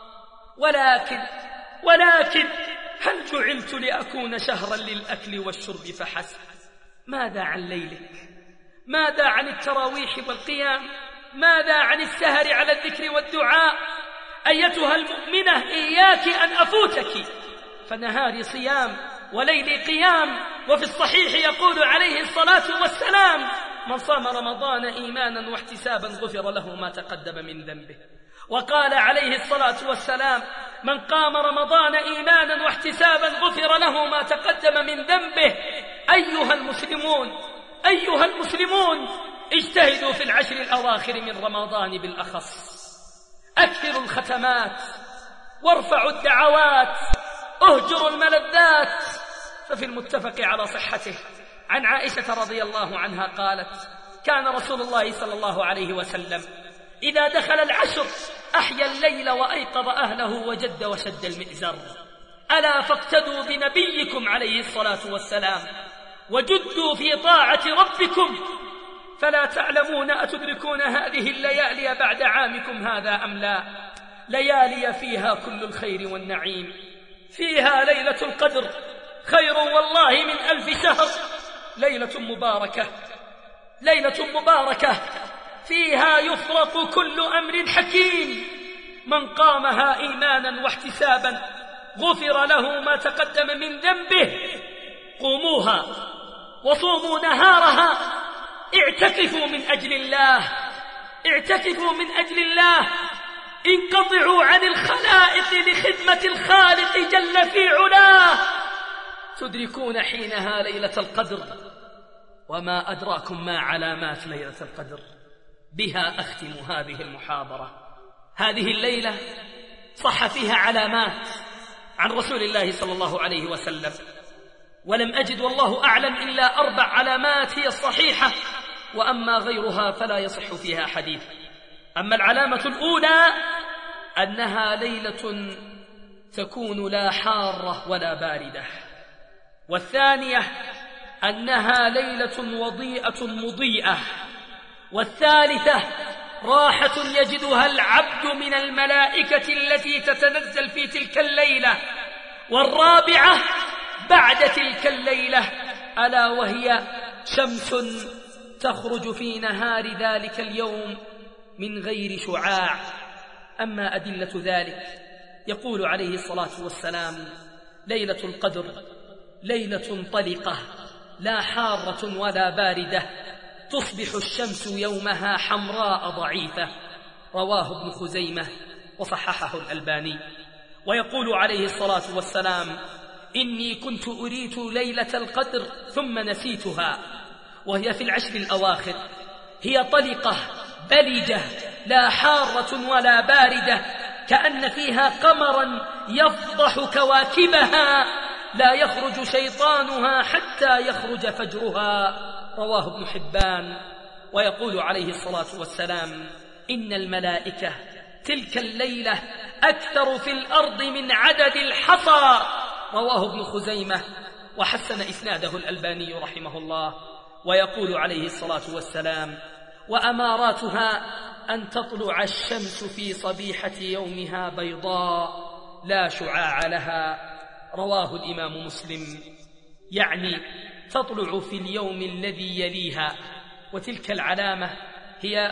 Speaker 5: ولكن هل جعلت لأكون شهرا للأكل والشرب فحسب؟ ماذا عن ليلك؟ ماذا عن التراويح والقيام؟ ماذا عن السهر على الذكر والدعاء؟ أيتها المؤمنة إياك أن أفوتك، فنهاري صيام وليلي قيام. وفي الصحيح يقول عليه الصلاة والسلام: من صام رمضان إيمانا واحتسابا غفر له ما تقدم من ذنبه. وقال عليه الصلاة والسلام: من قام رمضان إيمانا واحتسابا غفر له ما تقدم من ذنبه. أيها المسلمون اجتهدوا في العشر الأواخر من رمضان بالأخص، أكثروا الختمات وارفعوا الدعوات، اهجروا الملذات. ففي المتفق على صحته عن عائشة رضي الله عنها قالت: كان رسول الله صلى الله عليه وسلم إذا دخل العشر أحيا الليل وأيقظ أهله وجد وشد المئزر. ألا فاقتدوا بنبيكم عليه الصلاة والسلام وجدوا في طاعة ربكم، فلا تعلمون أتدركون هذه الليالي بعد عامكم هذا أم لا؟ ليالي فيها كل الخير والنعيم، فيها ليلة القدر خير والله من 1000 شهر. ليلة مباركة فيها يفرق كل أمر حكيم. من قامها إيمانا واحتسابا غفر له ما تقدم من ذنبه. قوموها وصوموا نهارها، اعتكفوا من أجل الله، انقطعوا عن الخلائق لخدمة الخالق جل في علاه، تدركون حينها ليلة القدر. وما أدراكم ما علامات ليلة القدر؟ بها أختم هذه المحاضرة. هذه الليلة صح فيها علامات عن رسول الله صلى الله عليه وسلم، ولم أجد والله أعلم إلا 4 علامات هي الصحيحة، وأما غيرها فلا يصح فيها حديث. أما العلامة الأولى أنها ليلة تكون لا حارة ولا باردة، والثانية أنها ليلة وضيئة مضيئة، والثالثة راحة يجدها العبد من الملائكة التي تتنزل في تلك الليلة، والرابعة بعد تلك الليلة ألا وهي شمس تخرج في نهار ذلك اليوم من غير شعاع. أما أدلة ذلك يقول عليه الصلاة والسلام: ليلة القدر ليلة طلقة لا حارة ولا باردة، تصبح الشمس يومها حمراء ضعيفة. رواه ابن خزيمة وصححه الألباني. ويقول عليه الصلاة والسلام: إني كنت أريد ليلة القدر ثم نسيتها، وهي في العشر الأواخر. هي طلقة بلجة لا حارة ولا باردة، كأن فيها قمرا يفضح كواكبها، لا يخرج شيطانها حتى يخرج فجرها. رواه ابن حبان. ويقول عليه الصلاة والسلام: إن الملائكة تلك الليلة أكثر في الأرض من عدد الحصى. رواه ابن خزيمة وحسن إسناده الألباني رحمه الله. ويقول عليه الصلاة والسلام: وأماراتها أن تطلع الشمس في صبيحة يومها بيضاء لا شعاع لها. رواه الإمام مسلم، يعني تطلع في اليوم الذي يليها. وتلك العلامة هي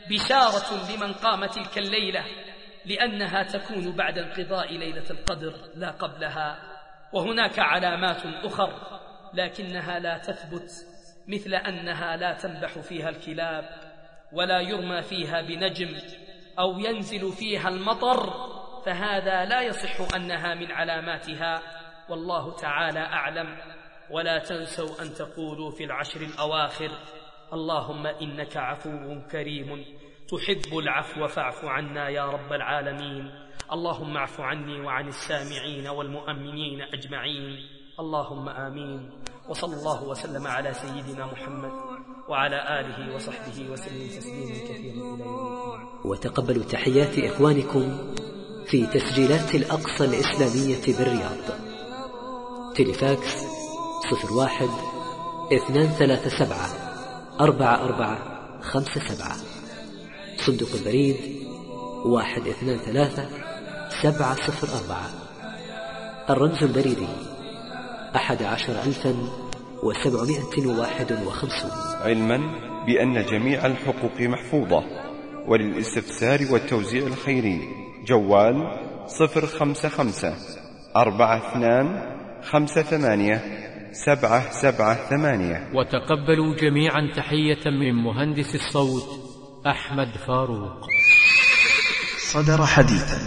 Speaker 5: بشارة لمن قام تلك الليلة، لأنها تكون بعد انقضاء ليلة القدر لا قبلها. وهناك علامات أخر لكنها لا تثبت، مثل أنها لا تنبح فيها الكلاب، ولا يرمى فيها بنجم، أو ينزل فيها المطر، فهذا لا يصح أنها من علاماتها، والله تعالى أعلم. ولا تنسوا أن تقولوا في العشر الأواخر: اللهم إنك عفو كريم تحب العفو فاعف عنا يا رب العالمين. اللهم اعف عني وعن السامعين والمؤمنين أجمعين. اللهم آمين. وصلى الله وسلم على سيدنا محمد وعلى آله وصحبه وسلم تسليما كثيرا إلى يوم الدين.
Speaker 2: وتقبلوا تحيات إخوانكم في تسجيلات الأقصى الإسلامية بالرياض. تليفاكس 01 237 44 57. صندوق البريد 123-704. الرمز البريدي 11751.
Speaker 4: علما بأن جميع الحقوق محفوظة. وللاستفسار والتوزيع الخيري جوال 054-5258-778.
Speaker 3: وتقبلوا جميعا تحية من مهندس الصوت أحمد فاروق.
Speaker 9: صدر حديثا.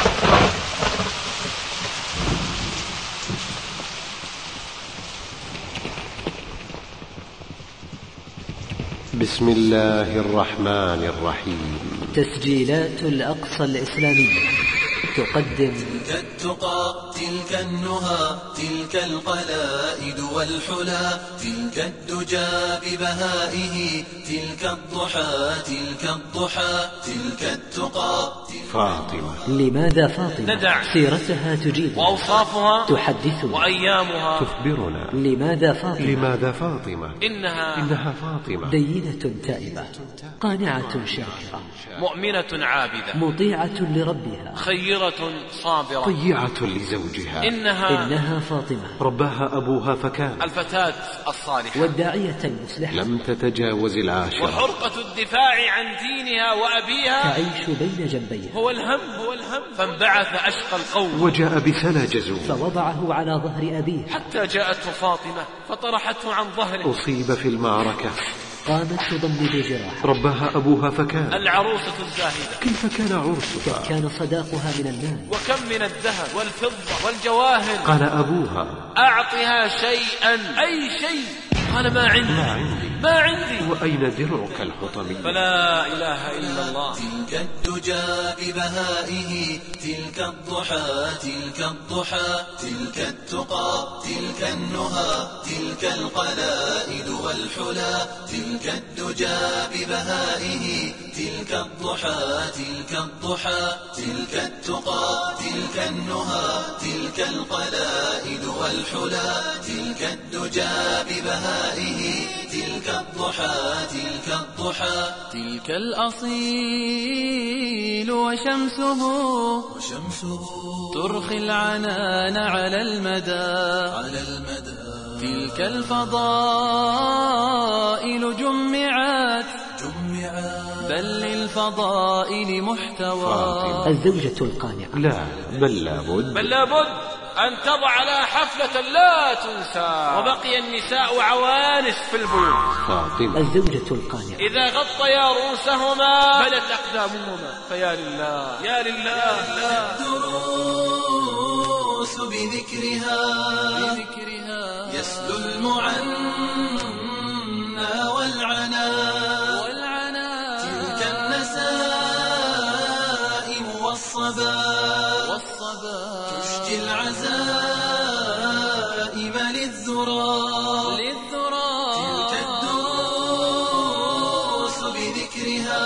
Speaker 1: بسم الله الرحمن الرحيم.
Speaker 2: تسجيلات الأقصى الإسلامية تقدم
Speaker 10: تلك التقى، تلك النهى، تلك القلائد والحلا، تلك الدجى ببهائه، تلك الضحى، تلك الضحى، تلك التقى.
Speaker 1: فاطمة.
Speaker 2: لماذا فاطمة؟
Speaker 5: ندع
Speaker 2: سيرتها تجيب،
Speaker 5: وأوصافها
Speaker 2: تحدثنا،
Speaker 5: وأيامها
Speaker 1: تخبرنا.
Speaker 2: لماذا فاطمة؟
Speaker 1: لماذا فاطمة؟
Speaker 5: إنها
Speaker 1: فاطمة
Speaker 2: دينة تائبة، قانعة شاكرة،
Speaker 5: مؤمنة عابدة،
Speaker 2: مطيعة لربها،
Speaker 5: خيرة صابرة،
Speaker 1: طيعة لزوجها.
Speaker 2: إنها فاطمة
Speaker 1: رباها أبوها فكان
Speaker 5: الفتاة الصالحة
Speaker 2: والداعية المصلحة،
Speaker 1: لم تتجاوز العاشرة،
Speaker 5: وحرقة الدفاع عن دينها وأبيها،
Speaker 2: تعيش بين جنبيها.
Speaker 5: هو الهم فانبعث أشقى القوم،
Speaker 1: وجاء بسلا جزور
Speaker 2: فوضعه على ظهر أبيه،
Speaker 5: حتى جاءته فاطمة فطرحته عن ظهره.
Speaker 1: أصيب في المعركة،
Speaker 2: قامت تضمد جراحه.
Speaker 1: رباها أبوها فكان
Speaker 5: العروسة الزاهدة،
Speaker 1: كيف كان عرسها؟
Speaker 2: كان صداقها من المال،
Speaker 5: وكم من الذهب والفضة والجواهر.
Speaker 1: قال أبوها
Speaker 5: أعطها شيئا، أي شيء. قال ما عندي.
Speaker 1: وأين درعك الحطمي؟
Speaker 5: فلا إله إلا الله.
Speaker 10: تلك الدجى ببهائه، تلك الضحى، تلك الضحى، تلك التقى، تلك النهى، تلك القلائد والحلا، تلك الدجى ببهائه، تلك الضحى، تلك الضحى، تلك التقى، تلك النهى، تلك القلائد والحلا، تلك الدجى ببهائه، تلك الضحى، تلك الضحى،
Speaker 11: تلك الأصيل وشمسه ترخي العنان على المدى، تلك الفضائل جمعت بل للفضائل محتوى.
Speaker 2: الزوجة القانعة،
Speaker 1: لا بل لابد
Speaker 5: أن تضع لها حفلة لا تنسى، وبقي النساء عوانس في البيوت.
Speaker 1: فاطمة.
Speaker 2: الزوجة القانعة،
Speaker 5: إذا غطيا رؤوسهما بدت أقدامهما، فيا لله يا لله.
Speaker 10: الدروس بذكرها يسلو المعنى والعنا، تلك النسائم والصبا، تشجي العزائم للذرى، تلك الدروس بذكرها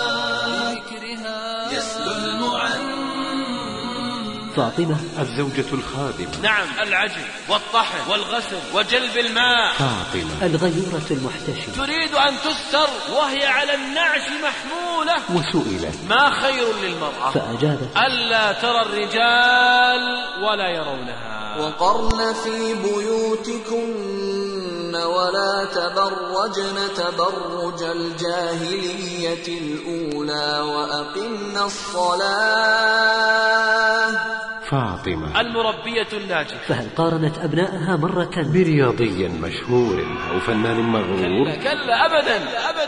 Speaker 10: يسلو المعنى.
Speaker 2: فاطمة.
Speaker 1: الزوجة الخادمة،
Speaker 5: نعم، العجل والطحن والغسل وجلب الماء.
Speaker 1: فاطمة.
Speaker 2: الغيورة المحتشمة،
Speaker 5: تريد أن تستر وهي على النعش محمولة.
Speaker 1: وسئلت
Speaker 5: ما خير للمرأة؟
Speaker 2: فأجابت
Speaker 5: ألا ترى الرجال ولا يرونها.
Speaker 11: وقرن في بيوتكن ولا تبرجن تبرج الجاهلية الأولى وأقمنا الصلاة.
Speaker 1: فاطمة.
Speaker 5: المربية الناجحة،
Speaker 2: فهل قارنت أبنائها مرة
Speaker 1: برياضي مشهور أو فنان مغرور؟
Speaker 5: كلا أبدا.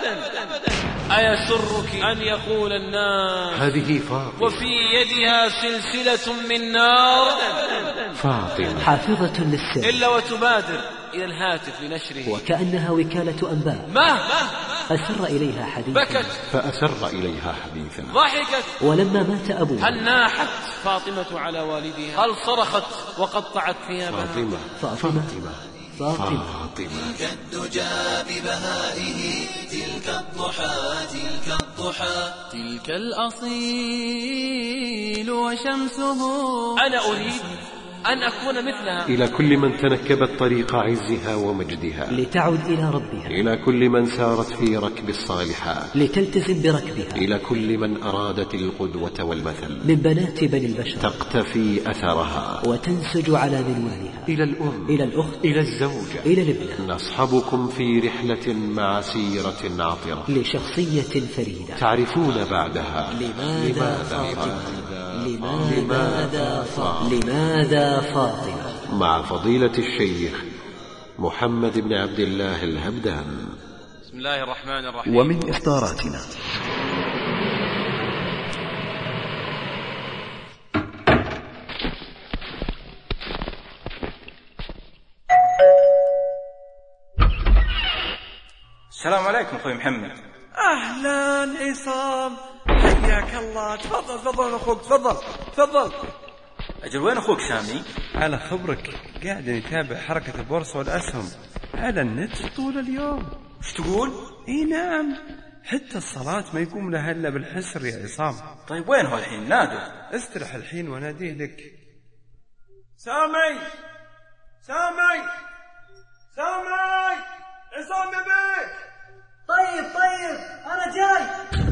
Speaker 5: أيسرك أن يقول الناس
Speaker 1: هذه فاطمة
Speaker 5: وفي يدها سلسلة من نار؟
Speaker 1: فاطمة.
Speaker 2: حافظة للسر،
Speaker 5: إلا وتبادر إلى الهاتف لنشره،
Speaker 2: وكأنها وكالة أنباء.
Speaker 5: ما
Speaker 2: أسر إليها حديثا،
Speaker 5: بكت،
Speaker 1: فأسر إليها حديثا،
Speaker 5: ضحكت.
Speaker 2: ولما مات أبوها
Speaker 5: هل ناحت فاطمة على والدها؟ هل صرخت وقطعت ثيابها؟
Speaker 1: فاطمة.
Speaker 10: تلك الدجى ببهائه، تلك الضحى، تلك الضحى،
Speaker 11: تلك الأصيل وشمسه.
Speaker 5: أنا أريد أن أكون مثلها.
Speaker 1: إلى كل من تنكبت طريق عزها ومجدها
Speaker 2: لتعد إلى ربها.
Speaker 1: إلى كل من سارت في ركب الصالحات
Speaker 2: لتلتزم بركبها.
Speaker 1: إلى كل من أرادت القدوة والمثل
Speaker 2: من بنات بني البشر
Speaker 1: تقتفي أثرها
Speaker 2: وتنسج على منوالها.
Speaker 1: إلى الأم،
Speaker 2: إلى الأخت،
Speaker 1: إلى الزوجة،
Speaker 2: إلى الابنة.
Speaker 1: نصحبكم في رحلة مع سيرة عطرة
Speaker 2: لشخصية فريدة
Speaker 1: تعرفون بعدها
Speaker 2: لماذا فاطمة، لماذا فاطمة،
Speaker 1: مع فضيلة الشيخ محمد بن عبد الله الهبدان.
Speaker 12: بسم الله الرحمن الرحيم.
Speaker 9: ومن إصداراتنا
Speaker 13: السلام عليكم أخوي محمد.
Speaker 14: أهلا عصام، حياك الله. تفضل أخوك، تفضل.
Speaker 13: أجل وين أخوك سامي؟ على خبرك قاعد يتابع حركة البورصة والأسهم على النت طول اليوم.
Speaker 14: وش تقول؟
Speaker 13: إيه نعم، حتى الصلاة ما يقوم لها إلا بالحسر يا عصام.
Speaker 14: طيب وين هو الحين؟ نادوا.
Speaker 13: استرح الحين وناديه لك.
Speaker 14: سامي عصام يبيك.
Speaker 15: طيب أنا جاي.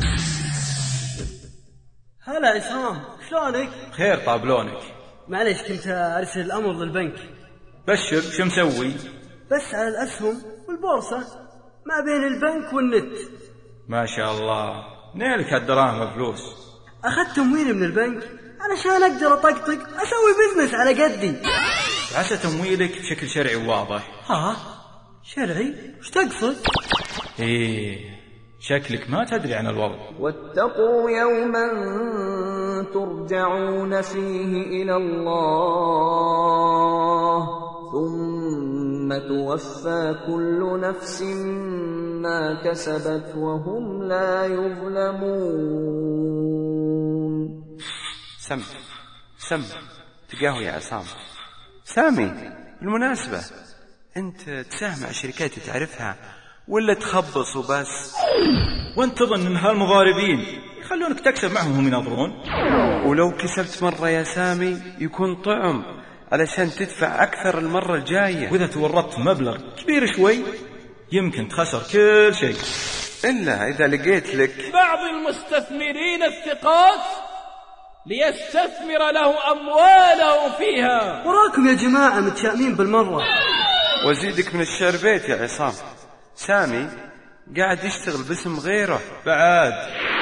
Speaker 15: هلا عصام، شلونك؟
Speaker 13: خير طابلونك.
Speaker 15: معليش كنت أرسل الأمر للبنك.
Speaker 13: بشر، شو مسوي؟
Speaker 15: بس على الأسهم والبورصة ما بين البنك والنت.
Speaker 13: ما شاء الله، نيلك هالدراهم والفلوس.
Speaker 15: أخذت تمويل من البنك علشان أقدر أطقطق أسوي بزنس على قدي.
Speaker 13: عسى تمويلك بشكل شرعي وواضح.
Speaker 15: شرعي؟ وش تقصد؟
Speaker 13: إيه، شكلك ما تدري عن الوضع.
Speaker 11: واتقوا يوما ترجعون فيه إلى الله ثم توفى كل نفس ما كسبت وهم لا يظلمون.
Speaker 13: سم تقاهو يا عصام. سامي، بالمناسبة أنت تساهم مع شركات تعرفها ولا تخبص وبس؟ وانت تظن ان هالمضاربين يخلونك تكسب معهم وهم يناظرون؟ ولو كسبت مرة يا سامي يكون طعم علشان تدفع أكثر المرة الجاية. وإذا تورطت مبلغ كبير شوي يمكن تخسر كل شيء، إلا إذا لقيت لك
Speaker 5: بعض المستثمرين الثقات ليستثمر له أمواله فيها.
Speaker 15: وراكم يا جماعة متشائمين بالمرة.
Speaker 13: وزيدك من الشعر بيت يا عصام. سامي قاعد يشتغل باسم غيره بعد.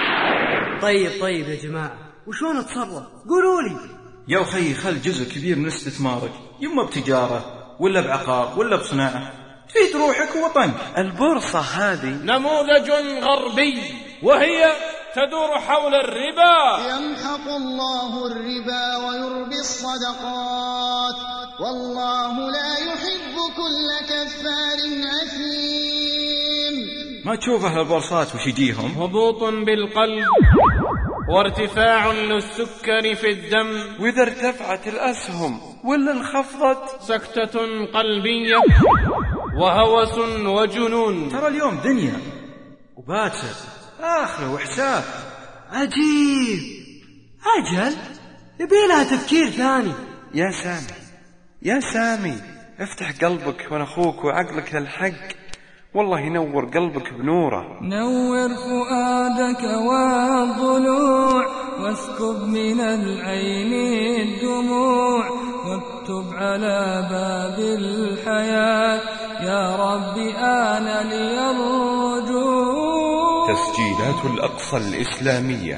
Speaker 15: طيب يا جماعة، وشون اتصرف؟ قولوا لي.
Speaker 13: يا أخي، خل جزء كبير من استثمارك يما بتجارة ولا بعقار ولا بصناعة تفيد روحك ووطنك. البورصة هذه
Speaker 5: نموذج غربي وهي تدور حول الربا.
Speaker 6: يمحق الله الربا ويربي الصدقات والله لا يحب كل كفار أثيم.
Speaker 13: ما تشوف أهل البورصات وش يجيهم؟
Speaker 5: هبوط بالقلب وارتفاع للسكر في الدم،
Speaker 13: وإذا ارتفعت الأسهم ولا انخفضت
Speaker 5: سكتة قلبية وهوس وجنون.
Speaker 13: ترى اليوم دنيا وباكر آخره وحساب.
Speaker 15: عجيب. أجل يبيلها تفكير ثاني.
Speaker 13: يا سامي افتح قلبك ونخوك وعقلك للحق، والله ينور قلبك بنوره.
Speaker 11: نور فؤادك والضلوع واسكب من العين الدموع واكتب على باب الحياة يا رب آن لي الرجوع.
Speaker 4: تسجيلات الأقصى الإسلامية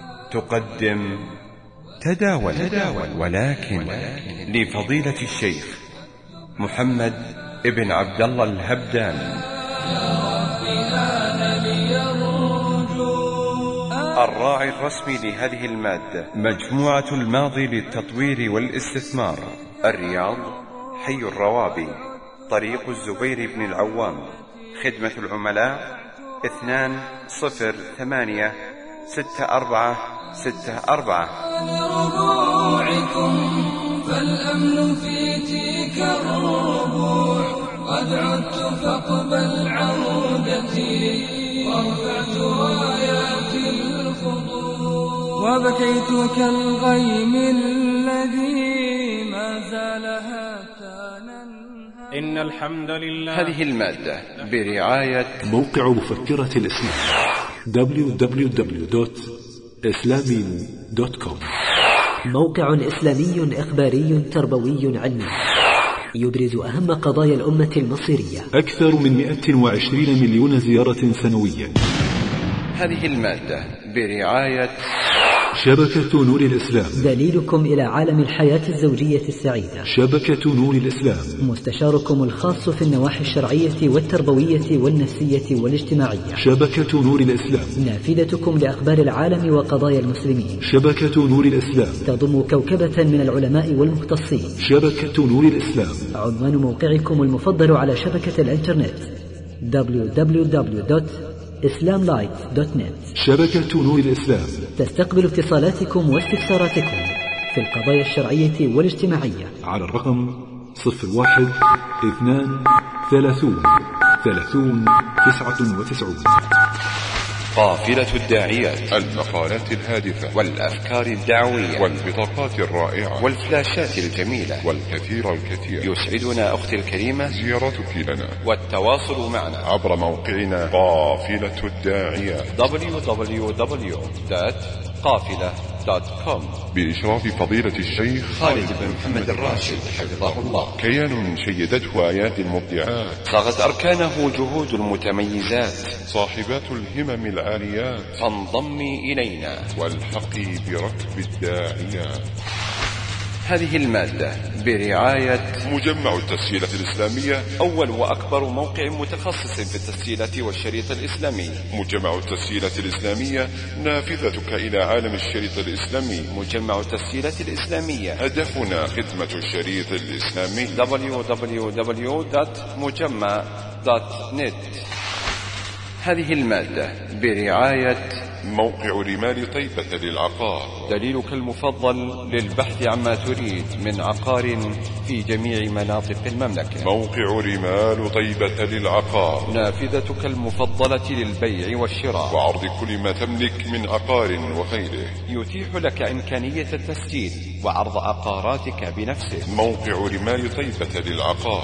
Speaker 4: تقدم تداول ولكن لفضيلة الشيخ محمد ابن عبد الله الهبدان. الراعي الرسمي لهذه المادة مجموعة الماضي للتطوير والاستثمار، الرياض، حي الروابي، طريق الزبير بن العوام، خدمة العملاء 20086464.
Speaker 11: لربوعكم فالأمن في تلك الربوع قد عدت فاقبل عودتي ورفعت رايات الخضوع. وبكيت كالغيم الذي ما زال هاتانا.
Speaker 16: إن الحمد لله.
Speaker 4: هذه المادة برعاية
Speaker 17: موقع مفكرة الإسلام www.islamin.com.
Speaker 2: موقع إسلامي إخباري تربوي علمي يبرز أهم قضايا الأمة المصيرية.
Speaker 17: أكثر من 120 مليون زيارة سنويا.
Speaker 4: هذه المادة برعاية
Speaker 17: شبكة نور الإسلام،
Speaker 2: دليلكم إلى عالم الحياة الزوجية السعيدة.
Speaker 17: شبكة نور الإسلام،
Speaker 2: مستشاركم الخاص في النواحي الشرعية والتربوية والنفسية والاجتماعية.
Speaker 17: شبكة نور الإسلام،
Speaker 2: نافذتكم لأخبار العالم وقضايا المسلمين.
Speaker 17: شبكة نور الإسلام
Speaker 2: تضم كوكبة من العلماء والمختصين.
Speaker 17: شبكة نور الإسلام.
Speaker 2: عنوان موقعكم المفضل على شبكة الإنترنت www.islamlight.net.
Speaker 17: شبكة نور الإسلام
Speaker 2: تستقبل اتصالاتكم واستفساراتكم في القضايا الشرعية والاجتماعية
Speaker 17: على الرقم 01-32-30-99.
Speaker 4: قافلة الداعيات،
Speaker 8: المقالات الهادفة
Speaker 4: والأفكار الدعوية
Speaker 8: والبطاقات الرائعة
Speaker 4: والفلاشات الجميلة
Speaker 8: والكثير الكثير.
Speaker 4: يسعدنا أختي الكريمة
Speaker 8: زيارتك لنا
Speaker 4: والتواصل معنا
Speaker 8: عبر موقعنا قافلة الداعيات
Speaker 4: www.قافلة.com
Speaker 8: بإشراف فضيلة الشيخ
Speaker 4: خالد بن محمد الراشد حفظه الله.
Speaker 8: كيان شيدته آيات المبدعات،
Speaker 4: صاغت أركانه جهود المتميزات،
Speaker 8: صاحبات الهمم العاليات.
Speaker 4: فانضمي إلينا
Speaker 8: والحقي بركب الداعيات.
Speaker 4: هذه المادة برعاية
Speaker 8: مجمع التسجيلة الإسلامية،
Speaker 4: أول وأكبر موقع متخصص في التسجيلات والشريط الإسلامي.
Speaker 8: مجمع التسجيلة الإسلامية، نافذتك إلى عالم الشريط الإسلامي.
Speaker 4: مجمع التسجيلات الإسلامية،
Speaker 8: هدفنا خدمة الشريط الإسلامي.
Speaker 4: www.mujamma.net. هذه المادة برعاية
Speaker 8: موقع رمال طيبة للعقار،
Speaker 4: دليلك المفضل للبحث عما تريد من عقار في جميع مناطق المملكة.
Speaker 8: موقع رمال طيبة للعقار،
Speaker 4: نافذتك المفضلة للبيع والشراء
Speaker 8: وعرض كل ما تملك من عقار وغيره.
Speaker 4: يتيح لك إمكانية التسجيل وعرض عقاراتك بنفسك.
Speaker 8: موقع رمال طيبة للعقار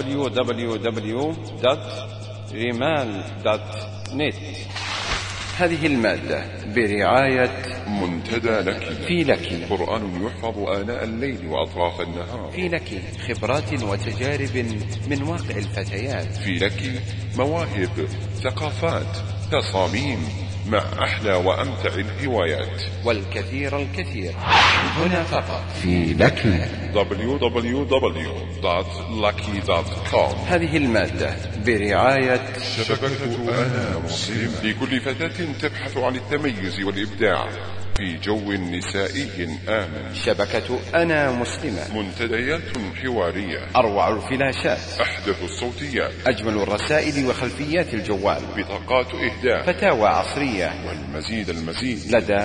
Speaker 4: www.rimal.net. هذه المادة برعاية
Speaker 8: منتدى لك،
Speaker 4: في لك
Speaker 8: قرآن يحفظ آناء الليل وأطراف النهار،
Speaker 4: في لك خبرات وتجارب من واقع الفتيات،
Speaker 8: في لك مواهب، ثقافات، تصاميم، مع أحلى وأمتع الهوايات
Speaker 4: والكثير الكثير. هنا فقط
Speaker 8: في لك www.lucky.com.
Speaker 4: هذه المادة برعاية
Speaker 8: شبكة أنا مسلم، لكل فتاة تبحث عن التميز والإبداع في جو نسائي آمن.
Speaker 4: شبكة أنا مسلمة،
Speaker 8: منتديات حوارية،
Speaker 4: أروع الفلاشات،
Speaker 8: أحدث الصوتيات،
Speaker 4: أجمل الرسائل وخلفيات الجوال،
Speaker 8: بطاقات إهداء،
Speaker 4: فتاوى عصرية،
Speaker 8: والمزيد
Speaker 4: لدى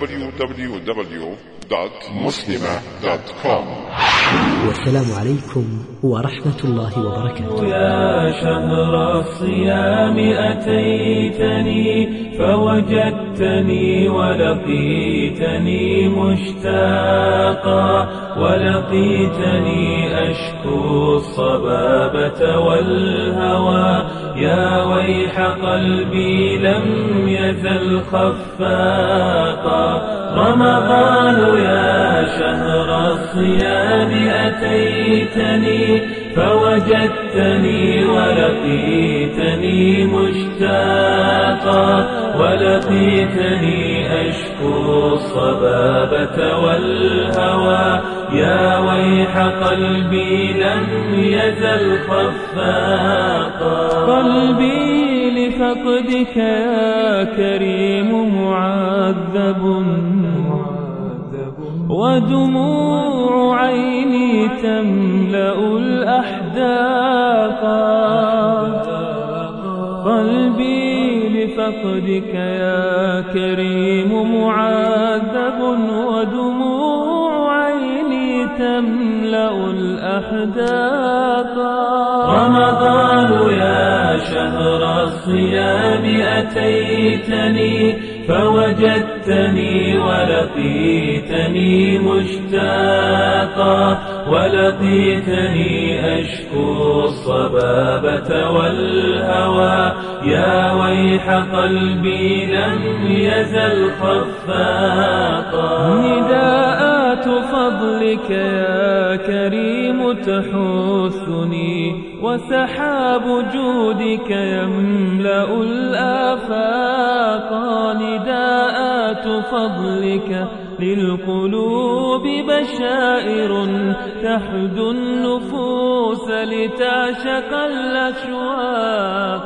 Speaker 8: www.muslima.com.
Speaker 2: والسلام عليكم ورحمة الله وبركاته.
Speaker 11: يا شهر الصيام أتيتني فوجدتني ولقيتني مشتاقا، ولقيتني أشكو الصبابة والهوى. يا ويح قلبي لم يزل خفاقا. رمضان يا شهر الصيام أتيتني فوجدتني ولقيتني مشتاقا، ولقيتني أشكو الصبابة والهوى. يا ويح قلبي لم يزل خفاقا. قلبي لفقدك يا كريم معذب، ودموع عيني تملأ الأحداقا. قلبي لفقدك يا كريم معذب، ودموع عيني تملأ الأحداقا. رمضان يا شهر الصيام أتيتني فوجدتني ولقيتني مشتاقا ولقيتني أشكو الصبابة والهوى يا ويح قلبي لم يزل خفاقا نداءات فضلك يا كريم تحثني وسحاب جودك يملأ الآفاق نداءات فضلك للقلوب بشائر تحدو النفوس لتعشق الأشواق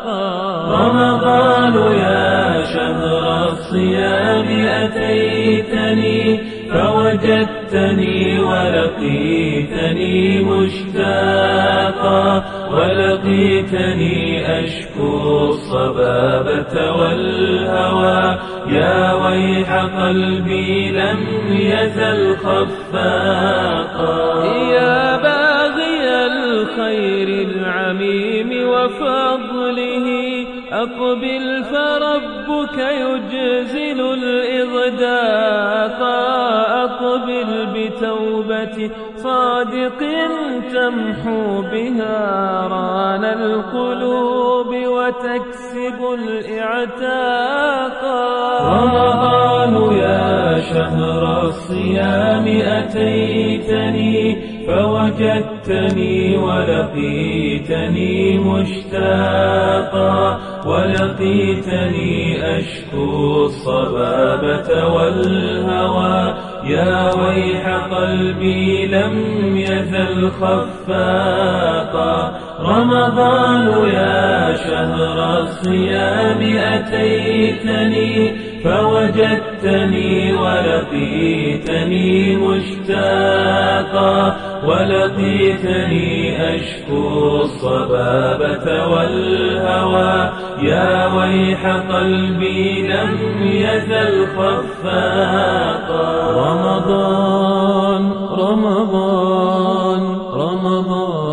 Speaker 11: رمضان يا شهر الصيام أتيتني فوجدتني ولقيتني مشتاقا ولقيتني أشكو الصبابة والهوى يا ويح قلبي لم يزل خفاقا يا باغي الخير العميم وفضله أقبل فربك يجزل الإغداق أقبل بتوبة صادق تمحو بها ران القلوب وتكسب الإعتاق رمضان يا شهر الصيام أتيتني فوجدتني ولقيتني مشتاقا ولقيتني أشكو الصبابة والهوى يا ويح قلبي لم يزل خفاقا رمضان يا شهر الصيام أتيتني فوجدتني ولقيتني مشتاقا ولقيتني أشكو الصبابة والهوى يا ويح قلبي لم يزل خفاقا رمضان رمضان رمضان